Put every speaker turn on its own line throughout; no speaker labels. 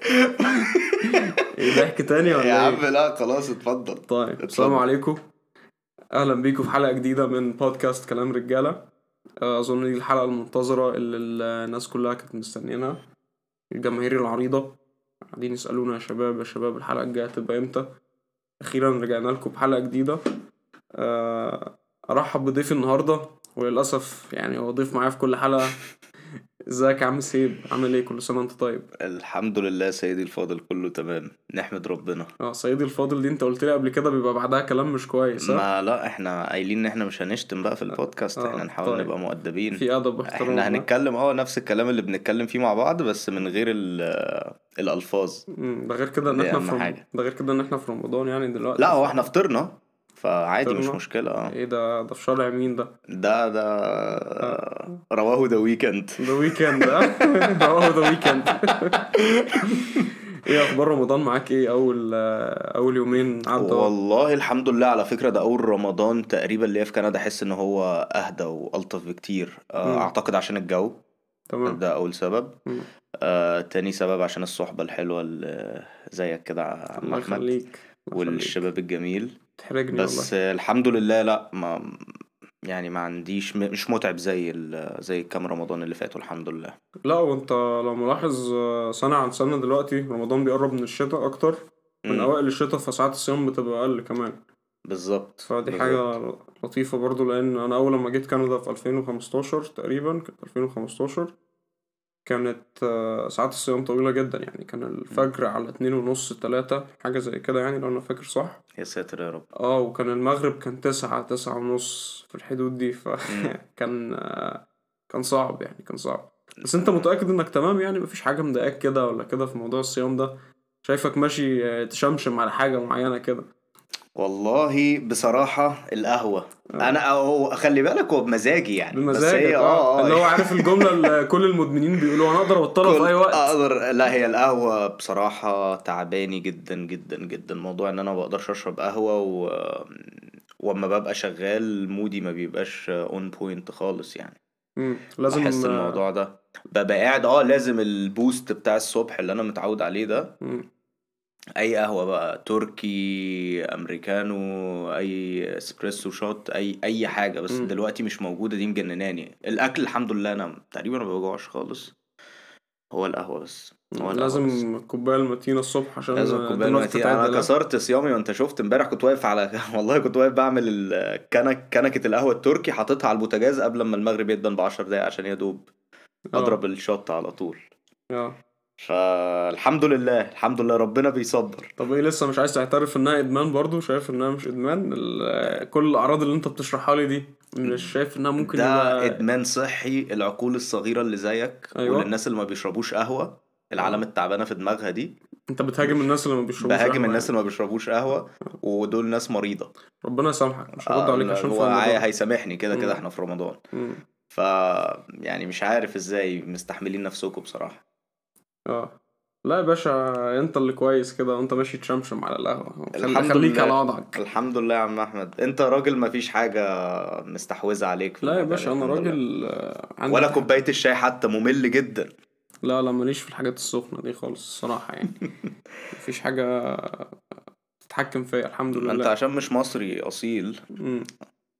ايه ضحك تاني
يا
ولا
عم
ايه؟
لا خلاص اتفضل.
طيب السلام
اتفضل.
عليكم. اهلا بيكم في حلقة جديدة من بودكاست كلام رجالة. اظن دي الحلقة المنتظرة اللي الناس كلها كانت مستنيينها، الجماهير العريضة قاعدين يسألونا يا شباب يا شباب الحلقة الجاية تبقى امتى. اخيرا رجعنا لكم بحلقة جديدة. ارحب بضيفي النهاردة، وللاسف يعني هو ضيف معايا في كل حلقة. ازيك يا عم سيب، عامل ايه؟ كل سنة وانت طيب.
الحمد لله سيدي الفاضل، كله تمام نحمد ربنا.
سيدي الفاضل دي انت قلت لي قبل كده بيبقى بعدها كلام مش كويس، ها؟
ما لا احنا قايلين ان احنا مش هنشتم بقى في البودكاست، احنا نحاول
طيب،
نبقى مؤدبين.
في ادب
احنا
واحترام، ها؟
هنتكلم نفس الكلام اللي بنتكلم فيه مع بعض، بس من غير الالفاظ.
ده غير كده ان
دي
احنا
اهم حاجة.
ده غير كده ان احنا في رمضان يعني
لا
دلوقتي
هو احنا فطرنا، فعادي مش
فطرنا.
مشكلة
ايه ده في شارع مين ده؟
ده
آه،
رواه ذا ويكند.
ده ويكند، ها؟ ده ويكند. ايه اخبار رمضان معاك؟ ايه اول يومين عدوا؟
والله الحمد لله، على فكرة ده أول رمضان تقريبا اللي في كندا، أحس إن هو أهدى وألطف بكتير.
امم
أعتقد عشان الجو.
تمام.
ده أول سبب.
مم.
تاني سبب عشان الصحبة الحلوة اللي زيك كده يا عم
الله
أحمد،
يخليك، الله يخليك.
والشباب الجميل.
تحرجني والله.
بس الحمد لله، لا ما يعني ما عنديش، مش متعب زي كام رمضان اللي فاتوا، الحمد لله.
لا وانت لو ملاحظ، سنة عن سنة دلوقتي رمضان بيقرب من الشتاء اكتر، من
امم
اوائل الشتاء، فساعات الصيام بتبقى اقل كمان.
بالظبط
فدي حاجة
بالظبط.
لطيفة برضو، لأن أنا أول لما جيت كندا في 2015 تقريبا، كانت 2015 كانت ساعات الصيام طويلة جدا، يعني كان
مم.
الفجر على 2:30 3 حاجة زي كده، يعني لو أنا فاكر صح.
يا ساتر يا رب.
وكان المغرب كان 9 9:30 في الحدود دي،
مم.
فكان كان صعب، يعني كان صعب. بس أنت متأكد إنك تمام؟ يعني مفيش حاجة مضايقاك كده ولا كده في موضوع الصيام ده؟ شايفك ماشي تشمشم على حاجة معينة كده.
والله بصراحة القهوة،
آه.
أنا هو خلي بالك هو بمزاجي يعني، بس هي
بمزاجك، اللي هو عارف الجملة اللي كل المدمنين بيقولوها، انا اقدر ابطلها في اي
كل
وقت.
أقدر. لا هي القهوة بصراحة تعباني جدا جدا جدا، موضوع إن أنا ما بقدرش أشرب قهوة وأما ببقى شغال مودي ما بيبقاش اون بوينت خالص يعني.
لازم.
بحس الموضوع ده ببقى قاعد لازم البوست بتاع الصبح اللي أنا متعود عليه ده.
مم.
اي قهوه بقى، تركي، امريكانو، اي اسبريسو شوت، اي حاجه، بس
مم.
دلوقتي مش موجوده، دي مجنناني. الاكل الحمد لله انا تقريبا ما بوجوعش خالص، هو القهوه بس. هو القهوه بس.
لازم الكوباية المتينة الصبح عشان
لازم كوبايه
دماغك
المتين. انا
تتعدل، ها؟
كسرت صيامي، وانت شفت امبارح كنت واقف على والله كنت واقف بعمل كنكه القهوه التركي، حاططها على البوتاجاز قبل ما المغرب يدن ب10 دقايق عشان يدوب اضرب
اه
الشوت على طول.
اه
فالحمد لله الحمد لله ربنا بيصبر.
طب ايه، لسه مش عايز تعترف انها ادمان؟ برضو شايف انها مش ادمان؟ كل الاعراض اللي انت بتشرحها لي دي، مش شايف انها ممكن
ده
يبقى؟
ادمان صحي، العقول الصغيره اللي زيك
ايوه.
وللناس اللي ما بيشربوش قهوه، العالم
اه
التعبانه في دماغها دي.
انت بتهاجم
مش
الناس اللي ما بيشربوش
بهاجم
قهوة
الناس اللي
يعني؟
ما بيشربوش قهوه، ودول ناس مريضه.
ربنا يسامحك، مش هرد عليك عشان في
هو
رمضان.
هيسامحني، كده كده
مم.
احنا في رمضان.
مم.
ف يعني مش عارف ازاي مستحملين نفسكم بصراحه.
اه لا يا باشا، انت اللي كويس كده وانت ماشي تشمشم على القهوة،
الحمد
خليك على
لله.
وضعك.
الحمد لله يا عم احمد، انت راجل ما فيش حاجه مستحوذه عليك في
لا يا
المواضيع دي،
باشا انا
الحمد لله.
راجل، عندي
ولا كوبايه الشاي حتى ممل جدا.
لا لا، ماليش في الحاجات السخنة دي خالص الصراحة يعني. مفيش حاجة تتحكم فيا، الحمد
ما انت
لله.
عشان مش مصري اصيل،
مم.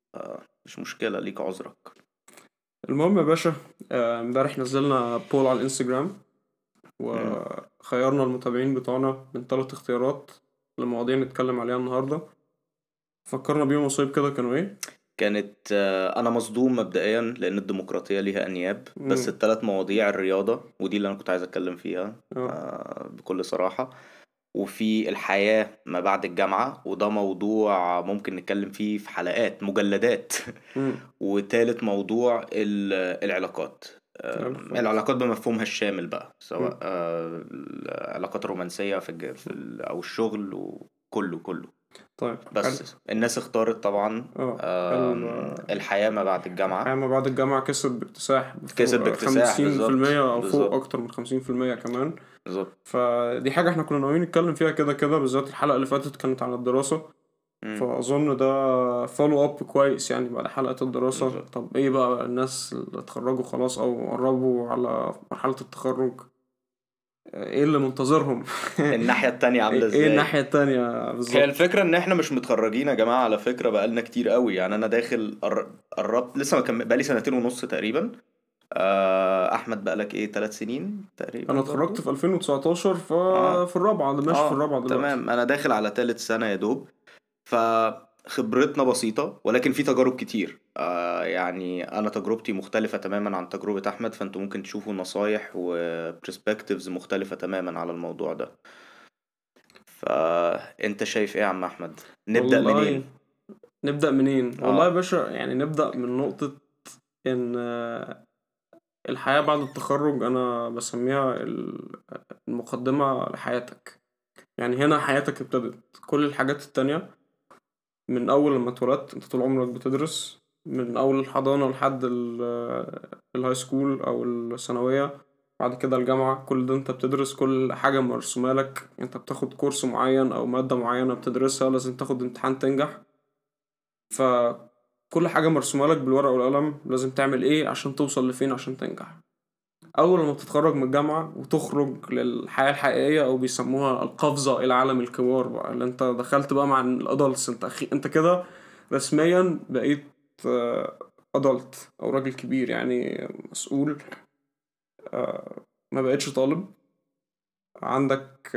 مش مشكلة، ليك عذرك.
المهم يا باشا، امبارح نزلنا بول على الانستجرام،
مم.
وخيرنا المتابعين بتوعنا من 3 اختيارات لمواضيع نتكلم عليها النهاردة. فكرنا بيهم مصايب كده، كانوا ايه؟
كانت أنا مصدوم مبدئيا لأن الديمقراطية ليها أنياب، بس
مم.
ال3 مواضيع الرياضة ودي اللي أنا كنت عايز أتكلم فيها
اه
بكل صراحة، وفي الحياة ما بعد الجامعة، وده موضوع ممكن نتكلم فيه في حلقات مجلدات.
مم.
وتالت موضوع العلاقات.
العلاقات.
العلاقات بمفهومها الشامل بقى، سواء
مم.
العلاقات الرومانسية أو الشغل، وكله كله.
طيب حلو.
بس الناس اختارت طبعا الحياة ما بعد
الحياة
الجامعة.
ما بعد الجامعة كسب باكتساح
كسب
فوق
باكتساح،
خمسين في
بالظبط
المية أو فوق
بالظبط
أكتر من 50% كمان.
بالظبط.
فدي حاجة احنا كنا ناويين نتكلم فيها كده كده، بالذات الحلقة اللي فاتت كانت عن الدراسة.
مم،
فأظن ده فولو أب كويس يعني بعد حلقة الدراسة.
بالظبط.
طب ايه بقى الناس اللي اتخرجوا خلاص أو قربوا على مرحلة التخرج؟ ايه اللي منتظرهم.
الناحية التانية عاملة
ايه
ازاي؟
الناحية التانية
هي
بالظبط.
الفكرة ان احنا مش متخرجين يا جماعة على فكرة، بقالنا كتير قوي يعني. انا داخل قربت لسه، ما بقالي سنتين ونص تقريبا. احمد بقالك ايه 3 سنين تقريبا
انا اتخرجت
برضو.
في 2019،
اه
ففي الرابعة، ده ماشي في
اه
الرابعة دلوقتي.
تمام، انا داخل على تالت سنة يا دوب. فخبرتنا بسيطة ولكن في تجارب كتير. يعني انا تجربتي مختلفة تماما عن تجربة احمد، فانتوا ممكن تشوفوا نصايح وبرسبكتيفز مختلفة تماما على الموضوع ده. فانت شايف ايه يا عم احمد؟ نبدأ
والله
منين؟
نبدأ منين؟ والله يا
اه.
باشا، يعني نبدأ من نقطة ان الحياة بعد التخرج انا بسميها المقدمة لحياتك. يعني هنا حياتك ابتدت. كل الحاجات التانية من اول لما اتولدت انت طول عمرك بتدرس، من اول الحضانة لحد الهاي سكول او الثانوية، بعد كده الجامعة. كل ده انت بتدرس، كل حاجة مرسومة لك. انت بتاخد كورس معين او مادة معينة بتدرسها، لازم تاخد امتحان تنجح. فكل حاجة مرسومة لك بالورقة والقلم، لازم تعمل ايه عشان توصل لفين عشان تنجح. اول ما بتتخرج من الجامعة وتخرج للحياة الحقيقية، او بيسموها القفزة الى عالم الكبار بقى، اللي انت دخلت بقى مع الادلتس، انت كده رسميا بقيت ادلت او راجل كبير، يعني مسؤول. ما بقتش طالب. عندك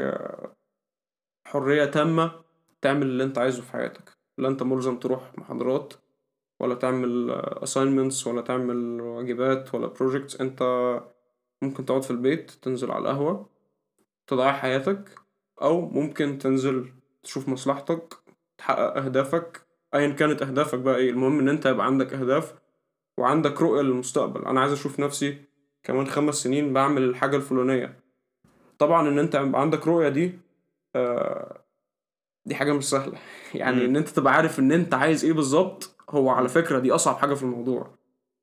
حرية تامة تعمل اللي انت عايزه في حياتك. لا انت ملزم تروح محاضرات، ولا تعمل assignments، ولا تعمل واجبات ولا projects. انت ممكن تقعد في البيت، تنزل على القهوة، تضيع حياتك، او ممكن تنزل تشوف مصلحتك، تحقق اهدافك. ايا كانت اهدافك بقى ايه، المهم ان انت يبقى عندك اهداف وعندك رؤية للمستقبل. انا عايز اشوف نفسي كمان 5 سنين بعمل الحاجة الفلانية. طبعا ان انت يبقى عندك رؤية دي، آه، دي حاجة مش سهلة. يعني ان
امم.
انت تبقى عارف ان انت عايز ايه بالظبط، هو على فكرة دي اصعب حاجة في الموضوع.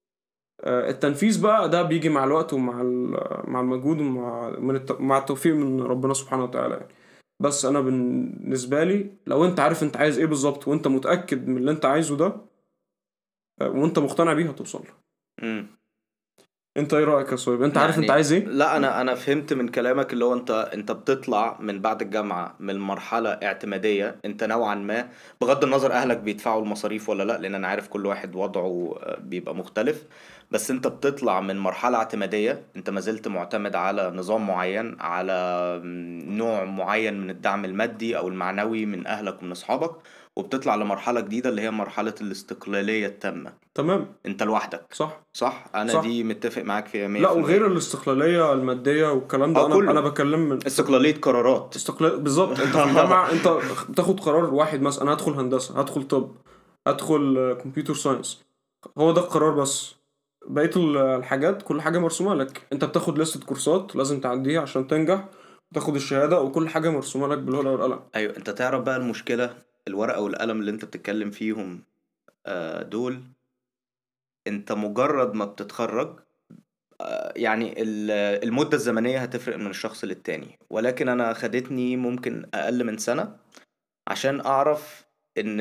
التنفيذ بقى ده بيجي مع الوقت ومع مع المجهود ومع مع التوفيق من ربنا سبحانه وتعالى يعني. بس انا بالنسبة لي، لو انت عارف انت عايز ايه بالظبط وانت متأكد من اللي انت عايزه ده، وانت مقتنع بيه، هتوصل له.
امم.
انت ايه رأيك يا صهيب؟ انت عارف انت
يعني
عايز ايه؟
لا، انا فهمت من كلامك اللي هو انت بتطلع من بعد الجامعه من مرحله اعتماديه، انت نوعا ما بغض النظر اهلك بيدفعوا المصاريف ولا لا، لان انا عارف كل واحد وضعه بيبقى مختلف. بس انت بتطلع من مرحله اعتماديه، انت ما زلت معتمد على نظام معين، على نوع معين من الدعم المادي او المعنوي من اهلك ومن اصحابك، وبتطلع لمرحله جديده اللي هي مرحله الاستقلاليه التامه.
تمام.
انت لوحدك.
صح.
صح، انا
صح.
دي متفق معاك فيها
لا، وغير
100%.
الاستقلالية المادية والكلام ده،
اه
انا
كله.
بكلم من
استقلالية قرارات.
استقلال بالظبط. انت في الجامعة انت بتاخد قرار واحد، مثلا انا هدخل هندسة، هدخل طب، هدخل كمبيوتر ساينس. هو ده القرار بس. بقية الحاجات كل حاجة مرسومة لك. انت بتاخد لستة كورسات لازم تعديها عشان تنجح، تاخد الشهادة، وكل حاجة مرسومة لك بالورقة والقلم.
ايوه، انت تعرف بقى المشكلة، الورقة والقلم اللي انت بتتكلم فيهم دول، انت مجرد ما بتتخرج يعني المدة الزمنية هتفرق من الشخص للتاني، ولكن انا خدتني ممكن اقل من سنة عشان اعرف ان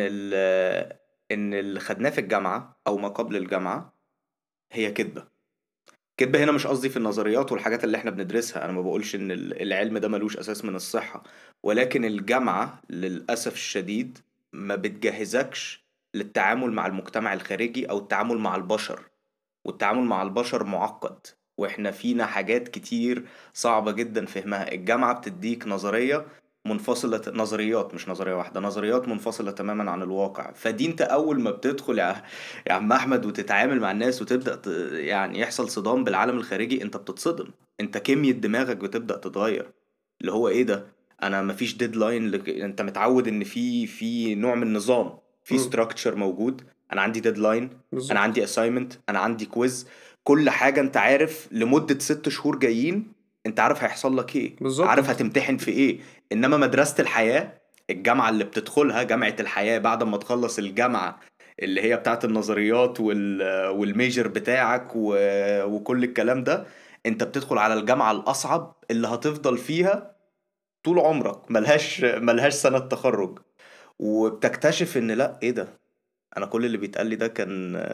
ان اللي خدناه في الجامعة او ما قبل الجامعة هي كذبة. كدبة هنا مش قصدي في النظريات والحاجات اللي احنا بندرسها، انا ما بقولش ان العلم ده ملوش اساس من الصحة، ولكن الجامعة للأسف الشديد ما بتجهزكش للتعامل مع المجتمع الخارجي او التعامل مع البشر. والتعامل مع البشر معقد، واحنا فينا حاجات كتير صعبة جدا فهمها. الجامعة بتديك نظرية منفصلة، نظريات مش نظرية واحدة، نظريات منفصلة تماما عن الواقع. فدي انت اول ما بتدخل يا عم احمد وتتعامل مع الناس وتبدأ يعني يحصل صدام بالعالم الخارجي، انت بتتصدم. انت كمية دماغك بتبدأ تتغير. اللي هو ايه ده، انا مفيش ديدلاين انت متعود ان في نوع من النظام، في
امم.
ستراكشر موجود. انا عندي ديدلاين، انا
بالظبط.
عندي اساينمنت، انا عندي كويز. كل حاجة انت عارف لمدة 6 شهور جايين، انت عارف هيحصل لك ايه،
بالظبط.
عارف
انت
هتمتحن في ايه. انما مدرسة الحياة، الجامعة اللي بتدخلها جامعة الحياة بعد ما تخلص الجامعة اللي هي بتاعت النظريات والميجر بتاعك وكل الكلام ده، انت بتدخل على الجامعة الأصعب اللي هتفضل فيها طول عمرك، ملهاش سنة تخرج. وبتكتشف ان لا، ايه ده، انا كل اللي بيتقال لي ده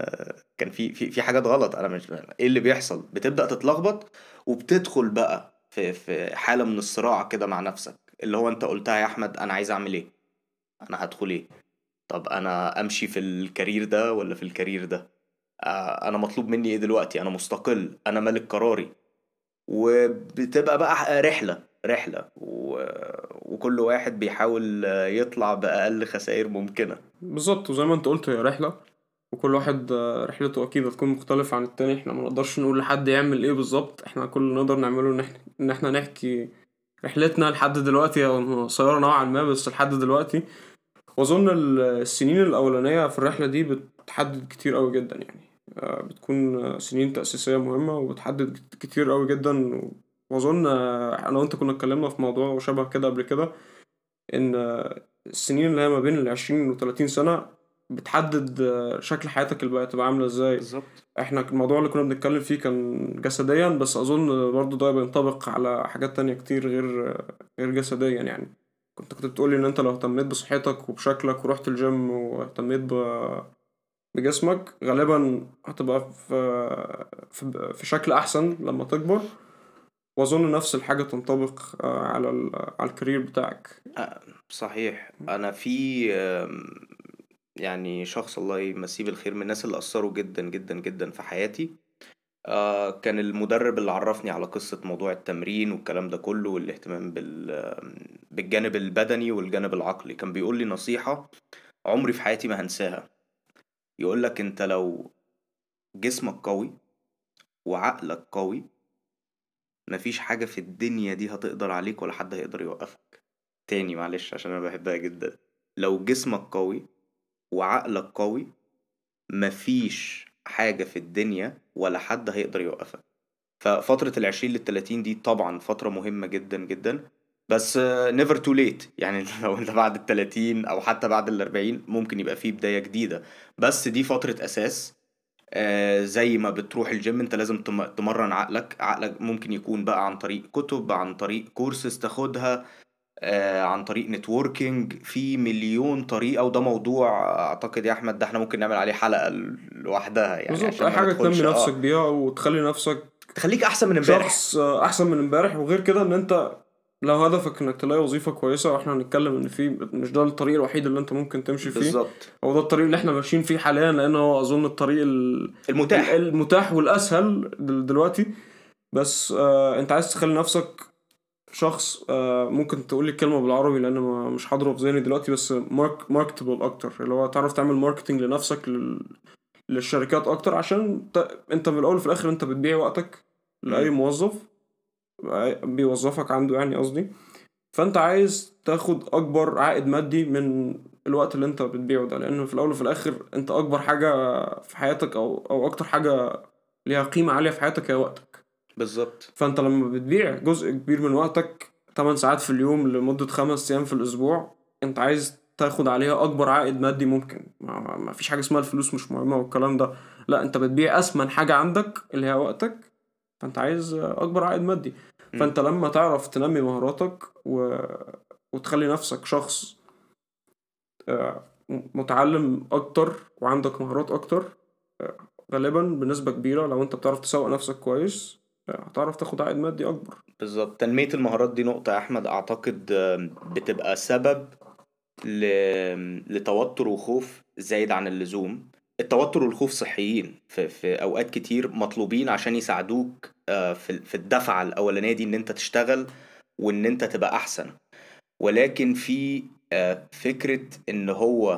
كان في حاجات غلط، انا مش ايه اللي بيحصل. بتبدأ تتلخبط وبتدخل بقى في حالة من الصراع كده مع نفسك، اللي هو انت قلتها يا احمد، انا عايز اعمل ايه، انا هدخل ايه، طب انا امشي في الكارير ده ولا في الكارير ده، انا مطلوب مني ايه دلوقتي، انا مستقل، انا ملك قراري. وبتبقى بقى وكل واحد بيحاول يطلع بأقل خسائر ممكنة.
بالظبط، وزي ما انت قلت هي رحلة، وكل واحد رحلته اكيد هتكون مختلفة عن التاني. احنا ما نقدرش نقول لحد يعمل ايه بالظبط، احنا كل اللي نقدر نعمله ان احنا نحكي رحلتنا لحد دلوقتي، او قصيرة نوعا ما بس لحد دلوقتي. واظن السنين الاولانية في الرحلة دي بتحدد كتير قوي جدا يعني. بتكون سنين تأسيسية مهمة وبتحدد كتير قوي جدا. واظن انا وانت كنا اتكلمنا في موضوع شبه كده قبل كده، ان السنين اللي هي ما بين 20 و30 سنة بتحدد شكل حياتك اللي بقى تبقى عاملة ازاي.
بالظبط.
احنا الموضوع اللي كنا بنتكلم فيه كان جسديا، بس اظن برضو ده بينطبق على حاجات تانية كتير غير جسديا يعني. كنت بتقولي ان انت لو اهتميت بصحتك وبشكلك ورحت الجيم واهتميت بجسمك، غالبا هتبقى في شكل احسن لما تكبر. واظن نفس الحاجة تنطبق على الكارير بتاعك.
صحيح. انا في يعني شخص الله يمسيه بالخير من الناس اللي اثروا جدا جدا جدا في حياتي، كان المدرب اللي عرفني على قصة موضوع التمرين والكلام ده كله، والاهتمام بالجانب البدني والجانب العقلي. كان بيقول لي نصيحة عمري في حياتي ما هنساها. يقول لك انت لو جسمك قوي وعقلك قوي، مفيش حاجة في الدنيا دي هتقدر عليك ولا حد هيقدر يوقفك. تاني معلش عشان انا بحبها جدا. لو جسمك قوي وعقلك قوي، مفيش حاجة في الدنيا ولا حد هيقدر يوقفك. ففترة ال20 لل30 دي طبعا فترة مهمة جدا جدا، بس never too late يعني. لو انت بعد ال30 او حتى بعد ال40 ممكن يبقى فيه بداية جديدة، بس دي فترة اساس. زي ما بتروح الجيم انت لازم تمرن عقلك. عقلك ممكن يكون بقى عن طريق كتب، عن طريق كورسز تاخدها، عن طريق نتوركينج، في مليون طريقة. وده موضوع اعتقد يا احمد ده احنا ممكن نعمل عليه حلقة لوحدها يعني،
بالظبط،
عشان
اي
ما
حاجة تنمي
ندخلش
نفسك بيها وتخلي نفسك
تخليك احسن من امبارح.
شخص احسن من امبارح. وغير كده ان انت لو هدفك انك تلاقي وظيفة كويسة، واحنا هنتكلم ان في مش ده الطريق الوحيد اللي انت ممكن تمشي فيه،
بالظبط.
هو ده الطريق اللي احنا ماشيين فيه حاليا، لان هو اظن الطريق
المتاح.
المتاح والاسهل دلوقتي. بس انت عايز تخلي نفسك شخص ممكن تقول لي الكلمة بالعربي لان مش حاضره في ذهني دلوقتي، بس ماركتبل اكتر، اللي هو تعرف تعمل ماركتنج لنفسك للشركات اكتر، عشان انت في الاول وفي الاخر انت بتبيع وقتك لاي
مم.
موظف بيوظفك عنده يعني قصدي. فانت عايز تاخد اكبر عائد مادي من الوقت اللي انت بتبيعه ده، لانه في الاول وفي الاخر انت اكبر حاجة في حياتك او اكتر حاجة ليها قيمة عالية في حياتك هي وقتك.
بالظبط.
فانت لما بتبيع جزء كبير من وقتك 8 ساعات في اليوم لمدة 5 ايام في الاسبوع، انت عايز تاخد عليها اكبر عائد مادي ممكن. ما فيش حاجة اسمها الفلوس مش مهمة والكلام ده، لا، انت بتبيع اسمن حاجة عندك اللي هي وقتك، فانت عايز اكبر عائد مادي.
مم.
فانت لما تعرف تنمي مهاراتك وتخلي نفسك شخص متعلم اكتر وعندك مهارات اكتر، آه، غالبا بنسبة كبيرة لو انت بتعرف تسوق نفسك كويس هتعرف تاخد عائد مادي اكبر.
بالظبط. تنمية المهارات دي نقطة يا أحمد أعتقد بتبقى سبب ل... لتوتر وخوف زايد عن اللزوم. التوتر والخوف صحيين في أوقات كتير، مطلوبين عشان يساعدوك في الدفعة الأولانية دي إن أنت تشتغل وإن أنت تبقى أحسن. ولكن في فكرة إن هو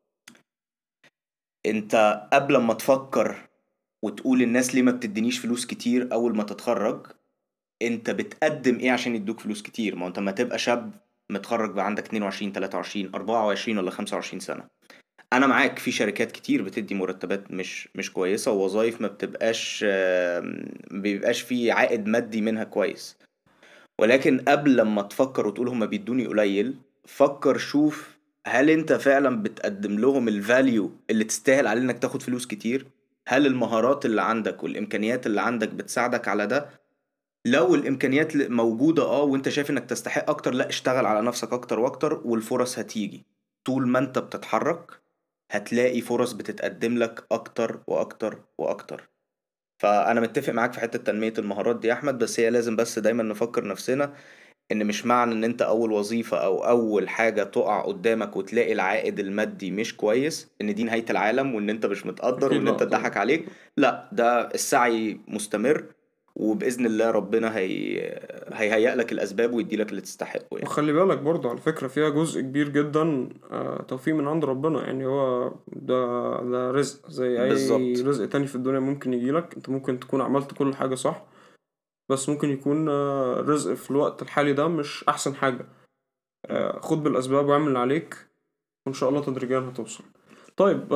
أنت قبل ما تفكر وتقول الناس ليه ما بتدينيش فلوس كتير أول ما تتخرج، انت بتقدم ايه عشان يدوك فلوس كتير؟ ما هو انت ما تبقى شاب متخرج بقى عندك 22 23 24 ولا 25 سنة. انا معاك في شركات كتير بتدي مرتبات مش كويسة، ووظائف ما بتبقاش ما بيبقاش في عائد مادي منها كويس. ولكن قبل لما تفكر وتقول هما بيدوني قليل، فكر شوف هل انت فعلا بتقدم لهم الفاليو اللي تستاهل عليه انك تاخد فلوس كتير. هل المهارات اللي عندك والامكانيات اللي عندك بتساعدك على ده؟ لو الامكانيات موجودة وانت شايف انك تستحق اكتر، لا اشتغل على نفسك اكتر واكتر والفرص هتيجي. طول ما انت بتتحرك هتلاقي فرص بتتقدم لك اكتر واكتر واكتر. فانا متفق معاك في حتة تنمية المهارات دي يا احمد، بس هي لازم بس دايما نفكر نفسنا ان مش معنى ان انت اول وظيفة او اول حاجة تقع قدامك وتلاقي العائد المادي مش كويس ان دي نهاية العالم وان انت مش متقدر
اكيد
وان
لا
انت
طبعا.
اتضحك عليك. لا، ده السعي مستمر، وبإذن الله ربنا هيهيئ لك الاسباب ويدي لك اللي تستحقه يعني.
وخلي بالك برضو على فكرة فيها جزء كبير جدا توفيق من عند ربنا. يعني هو ده رزق زي أي
بالظبط.
رزق تاني في الدنيا ممكن يجيلك. أنت ممكن تكون عملت كل حاجة صح، بس ممكن يكون رزق في الوقت الحالي ده مش أحسن حاجة. خد بالأسباب واعمل اللي عليك، وإن شاء الله تدريجيا هتوصل. طيب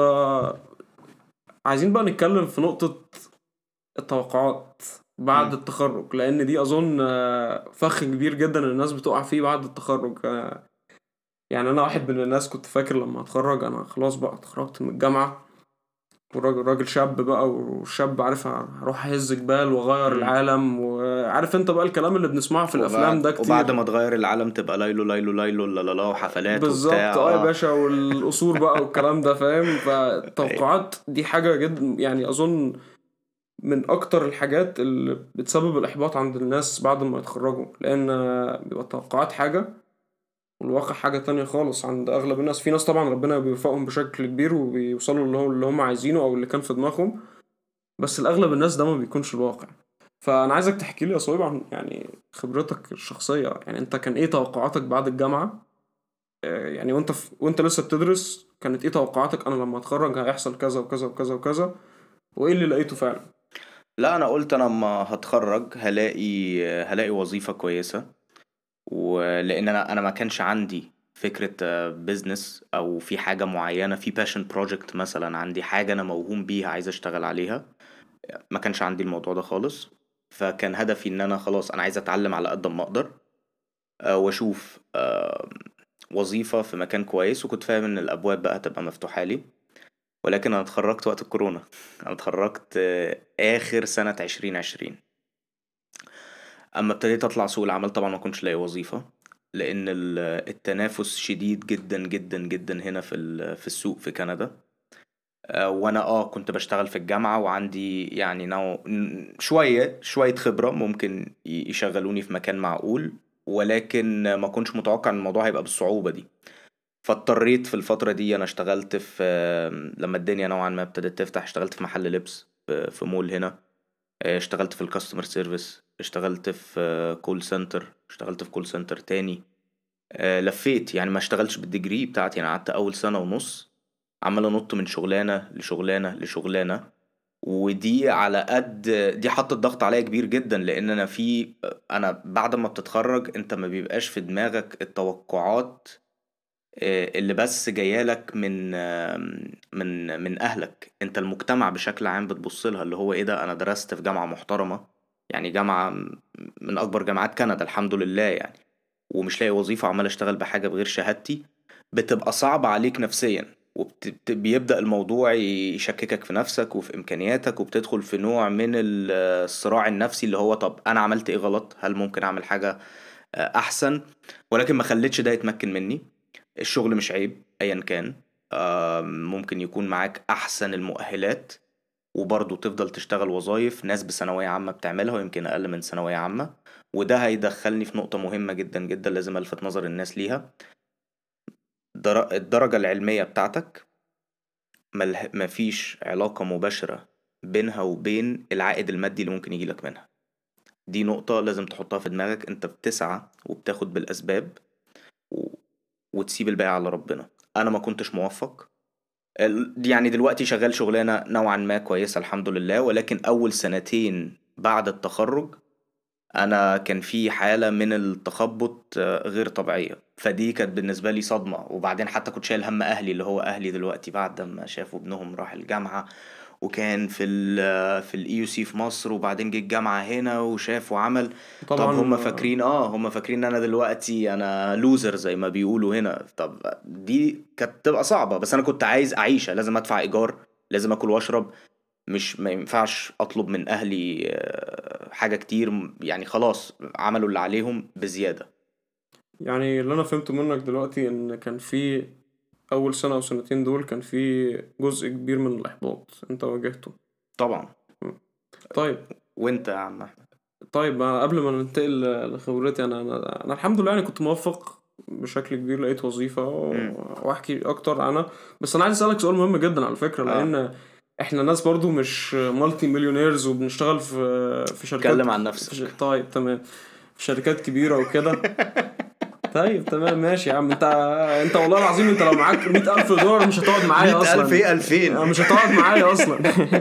عايزين بقى نتكلم في نقطة التوقعات بعد
مم.
التخرج، لأن دي أظن فخ كبير جدا الناس بتقع فيه بعد التخرج. يعني انا واحد من الناس كنت فاكر لما اتخرج انا خلاص بقى اتخرجت من الجامعة، والراجل راجل شاب بقى، وشاب عارف هروح اهز جبال واغير
مم.
العالم، وعارف انت بقى الكلام اللي بنسمعه في الافلام ده
وبعد
كتير.
ما تغير العالم تبقى ليلو ليلو ليلو لا لا لا وحفلات وبتاع
بالظبط اه يا
اه.
باشا، والقصور بقى والكلام ده فاهم.
أي.
فالتوقعات دي حاجة جد يعني اظن من اكتر الحاجات اللي بتسبب الاحباط عند الناس بعد ما يتخرجوا، لان بيبقى التوقعات حاجة والواقع حاجة تانية خالص عند أغلب الناس. في ناس طبعا ربنا بيوفقهم بشكل كبير وبيوصلوا اللي هم عايزينه أو اللي كان في دماغهم، بس الأغلب الناس ده ما بيكونش الواقع. فأنا عايزك تحكي لي يا صهيب عن يعني خبرتك الشخصية. يعني أنت كان إيه توقعاتك بعد الجامعة؟ يعني وأنت لسه بتدرس كانت إيه توقعاتك؟ أنا لما أتخرج هيحصل كذا وكذا وكذا وكذا، وإيه اللي لقيته فعلا؟
لا، انا قلت انا لما هتخرج هلاقي وظيفة كويسة، ولان انا ما كانش عندي فكرة بيزنس او في حاجة معينة في باشن بروجكت مثلا، عندي حاجة انا موهوم بيها عايز اشتغل عليها. ما كانش عندي الموضوع ده خالص. فكان هدفي ان انا خلاص انا عايز اتعلم على قد ما اقدر، واشوف وظيفة في مكان كويس، وكنت فاهم ان الابواب بقى هتبقى مفتوحة لي. ولكن انا اتخرجت وقت الكورونا. انا اتخرجت اخر سنة 2020. اما ابتديت اطلع سوق العمل طبعا ما كنتش لاقي وظيفة، لان التنافس شديد جدا جدا جدا هنا في السوق في كندا. وانا كنت بشتغل في الجامعة وعندي يعني شوية خبرة ممكن يشغلوني في مكان معقول، ولكن ما كنتش متوقع ان الموضوع هيبقى بالصعوبة دي. فاضطريت في الفترة دي انا اشتغلت في لما الدنيا نوعا ما ابتدت تفتح اشتغلت في محل لبس في مول هنا. اشتغلت في الكاستمر سيرفيس، اشتغلت في كول سنتر، اشتغلت في كول سنتر تاني. لفيت يعني ما اشتغلتش بالديجري بتاعتي. انا قعدت اول سنة ونص عمال انط من شغلانة لشغلانة لشغلانة. ودي على قد دي حطت ضغط عليا كبير جدا، لان انا بعد ما بتتخرج انت ما بيبقاش في دماغك التوقعات اللي بس جايالك من اهلك. انت المجتمع بشكل عام بتبص لها اللي هو ايه ده، انا درست في جامعة محترمة، يعني جامعة من اكبر جامعات كندا الحمد لله يعني، ومش لاقي وظيفة وعمال اشتغل بحاجة بغير شهادتي. بتبقى صعبة عليك نفسيا، وبيبدأ الموضوع يشككك في نفسك وفي إمكانياتك، وبتدخل في نوع من الصراع النفسي اللي هو طب أنا عملت إيه غلط، هل ممكن أعمل حاجة أحسن. ولكن ما خليتش ده يتمكن مني. الشغل مش عيب أيا كان. ممكن يكون معاك أحسن المؤهلات وبرضه تفضل تشتغل وظايف ناس بثانوية عامة بتعملها ويمكن أقل من ثانوية عامة. وده هيدخلني في نقطة مهمة جدا جدا لازم ألفت نظر الناس ليها. الدرجة العلمية بتاعتك مفيش علاقة مباشرة بينها وبين العائد المادي اللي ممكن يجيلك منها. دي نقطة لازم تحطها في دماغك. انت بتسعى وبتاخد بالأسباب و... وتسيب الباقي على ربنا. أنا ما كنتش موفق. يعني دلوقتي شغال شغلانة نوعا ما كويسة الحمد لله، ولكن أول سنتين بعد التخرج انا كان في حالة من التخبط غير طبيعية. فدي كانت بالنسبة لي صدمة. وبعدين حتى كنت شايل هم اهلي اللي هو اهلي دلوقتي بعد ما شافوا ابنهم راح الجامعة وكان في الاي يو سي في مصر، وبعدين جه الجامعة هنا وشافوا عمل. طب
طبعا
هم فاكرين ان انا دلوقتي انا لوزر زي ما بيقولوا هنا. طب دي كانت تبقى صعبة، بس انا كنت عايز اعيش، لازم ادفع ايجار، لازم اكل واشرب. مش ما ينفعش اطلب من اهلي حاجة كتير، يعني خلاص عملوا اللي عليهم بزيادة.
يعني اللي أنا فهمته منك دلوقتي إن كان في أول سنة أو سنتين دول كان في جزء كبير من الإحباط أنت واجهته.
طبعا.
طيب
وانت يا عم احمد؟
طيب قبل ما ننتقل لخبرتي، انا الحمد لله يعني كنت موفق بشكل كبير، لقيت وظيفة
مم.
واحكي اكتر عنها. بس انا عايز اسالك سؤال مهم جدا على فكرة،
اه،
لان احنا ناس برضو مش مالتي مليونيرز وبنشتغل في شركات
اتكلم عن نفسك.
طيب تمام، في شركات كبيرة وكده. طيب تمام ماشي يا عم. انت والله العظيم انت لو معاك $100,000 مش هتقعد معايا
100,000
اصلا.
ايه 2000؟
مش هتقعد معايا اصلا.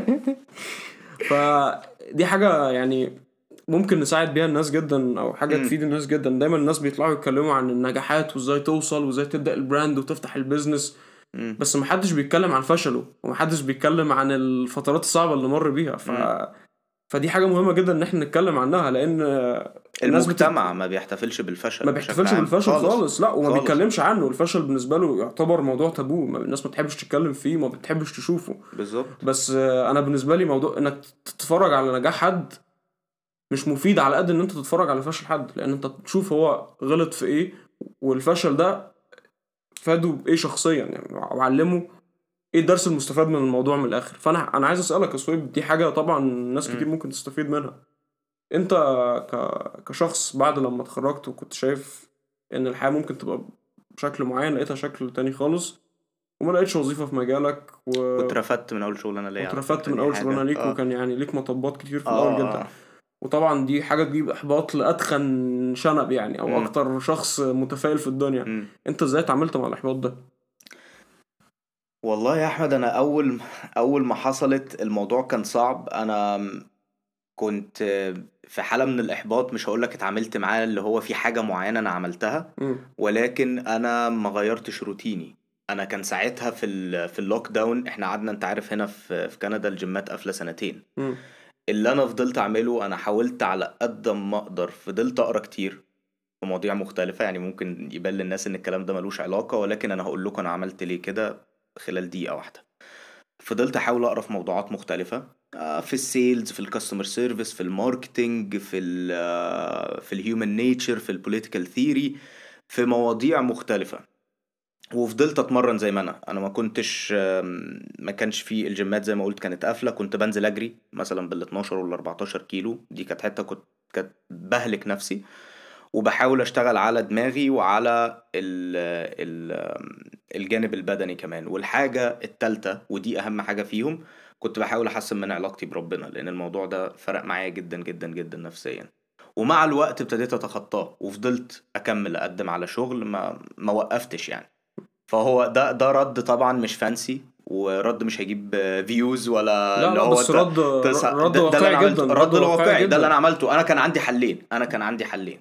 فدي حاجة يعني ممكن نساعد بيها الناس جدا، او حاجة
مم.
تفيد الناس جدا. دايما الناس بيطلعوا يتكلموا عن النجاحات وازاي توصل وازاي تبدأ البراند وتفتح البيزنس،
مم.
بس محدش بيتكلم عن فشله ومحدش بيتكلم عن الفترات الصعبة اللي مر بيها.
مم.
فدي حاجة مهمة جدا ان احنا نتكلم عنها، لان الناس
المجتمع ما بيحتفلش بالفشل
ما
بشكل
بيحتفلش
عام
بالفشل
خالص.
خالص، لا، وما
خالص.
بيتكلمش عنه. الفشل بالنسبة له يعتبر موضوع تابو، الناس ما بتحبش تتكلم فيه، ما بتحبش تشوفه.
بالظبط.
بس انا بالنسبة لي موضوع انك تتفرج على نجاح حد مش مفيد على قد ان انت تتفرج على فشل حد، لان انت تشوف هو غلط في ايه، والفشل ده فاده بايه شخصيا يعني، وعلمه ايه الدرس المستفاد من الموضوع من الاخر. فانا عايز اسالك يا سويب، دي حاجه طبعا ناس كتير
مم.
ممكن تستفيد منها. انت كشخص بعد لما اتخرجت وكنت شايف ان الحياه ممكن تبقى بشكل معين، لقيتها شكل تاني خالص، وما لقيتش وظيفه في مجالك
واترفدت من اول شغلانه ليا على
واترفدت
فكره،
من
دي
اول شغلانه
حاجه
ليك، وكان يعني ليك مطبات كتير في الاول جدا،
اه.
وطبعا دي حاجه تجيب احباط لاتخن شنب يعني، او
مم.
اكتر شخص متفائل في الدنيا.
مم.
انت ازاي اتعاملت مع الاحباط ده؟
والله يا احمد، انا اول ما حصلت الموضوع كان صعب. انا كنت في حالة من الإحباط. مش هقولك اتعاملت معاه اللي هو في حاجة معينة أنا عملتها،
امم.
ولكن أنا ما غيرتش روتيني. أنا كان ساعتها في اللوك داون. إحنا قعدنا، أنت عارف، هنا في كندا الجيمات قافلة سنتين.
امم.
اللي أنا فضلت أعمله، أنا حاولت على قد ما أقدر، فضلت أقرأ كتير في مواضيع مختلفة. يعني ممكن يبان للناس إن الكلام ده ملوش علاقة، ولكن أنا هقول لكم أنا عملت ليه كده خلال دقيقة واحدة. فضلت احاول اقرا في موضوعات مختلفه، في السيلز، في الكاستمر سيرفيس، في الماركتينج، في الهيومن نيتشر، في البوليتيكال ثيوري، في مواضيع مختلفه. وفضلت اتمرن زي ما انا ما كنتش ما كانش في الجيمات زي ما قلت كانت قافله. كنت بنزل اجري مثلا بال 12 ولا 14 كيلو. دي كانت حته كانت بهلك نفسي. وبحاول اشتغل على دماغي وعلى الجانب البدني كمان. والحاجة التالتة ودي اهم حاجة فيهم، كنت بحاول احسن من علاقتي بربنا، لان الموضوع ده فرق معايا جدا جدا جدا نفسيا. ومع الوقت ابتديت اتخطاه، وفضلت اكمل اقدم على شغل، ما وقفتش يعني. فهو ده رد طبعا مش فانسي، ورد مش هيجيب فيوز ولا
لا
اللي
لا،
هو
بس رد
ده اللي انا
واقعي جدا،
عملته.
رد
الرد
واقعي
الواقعي ده اللي انا
جدا.
عملته. انا كان عندي حلين.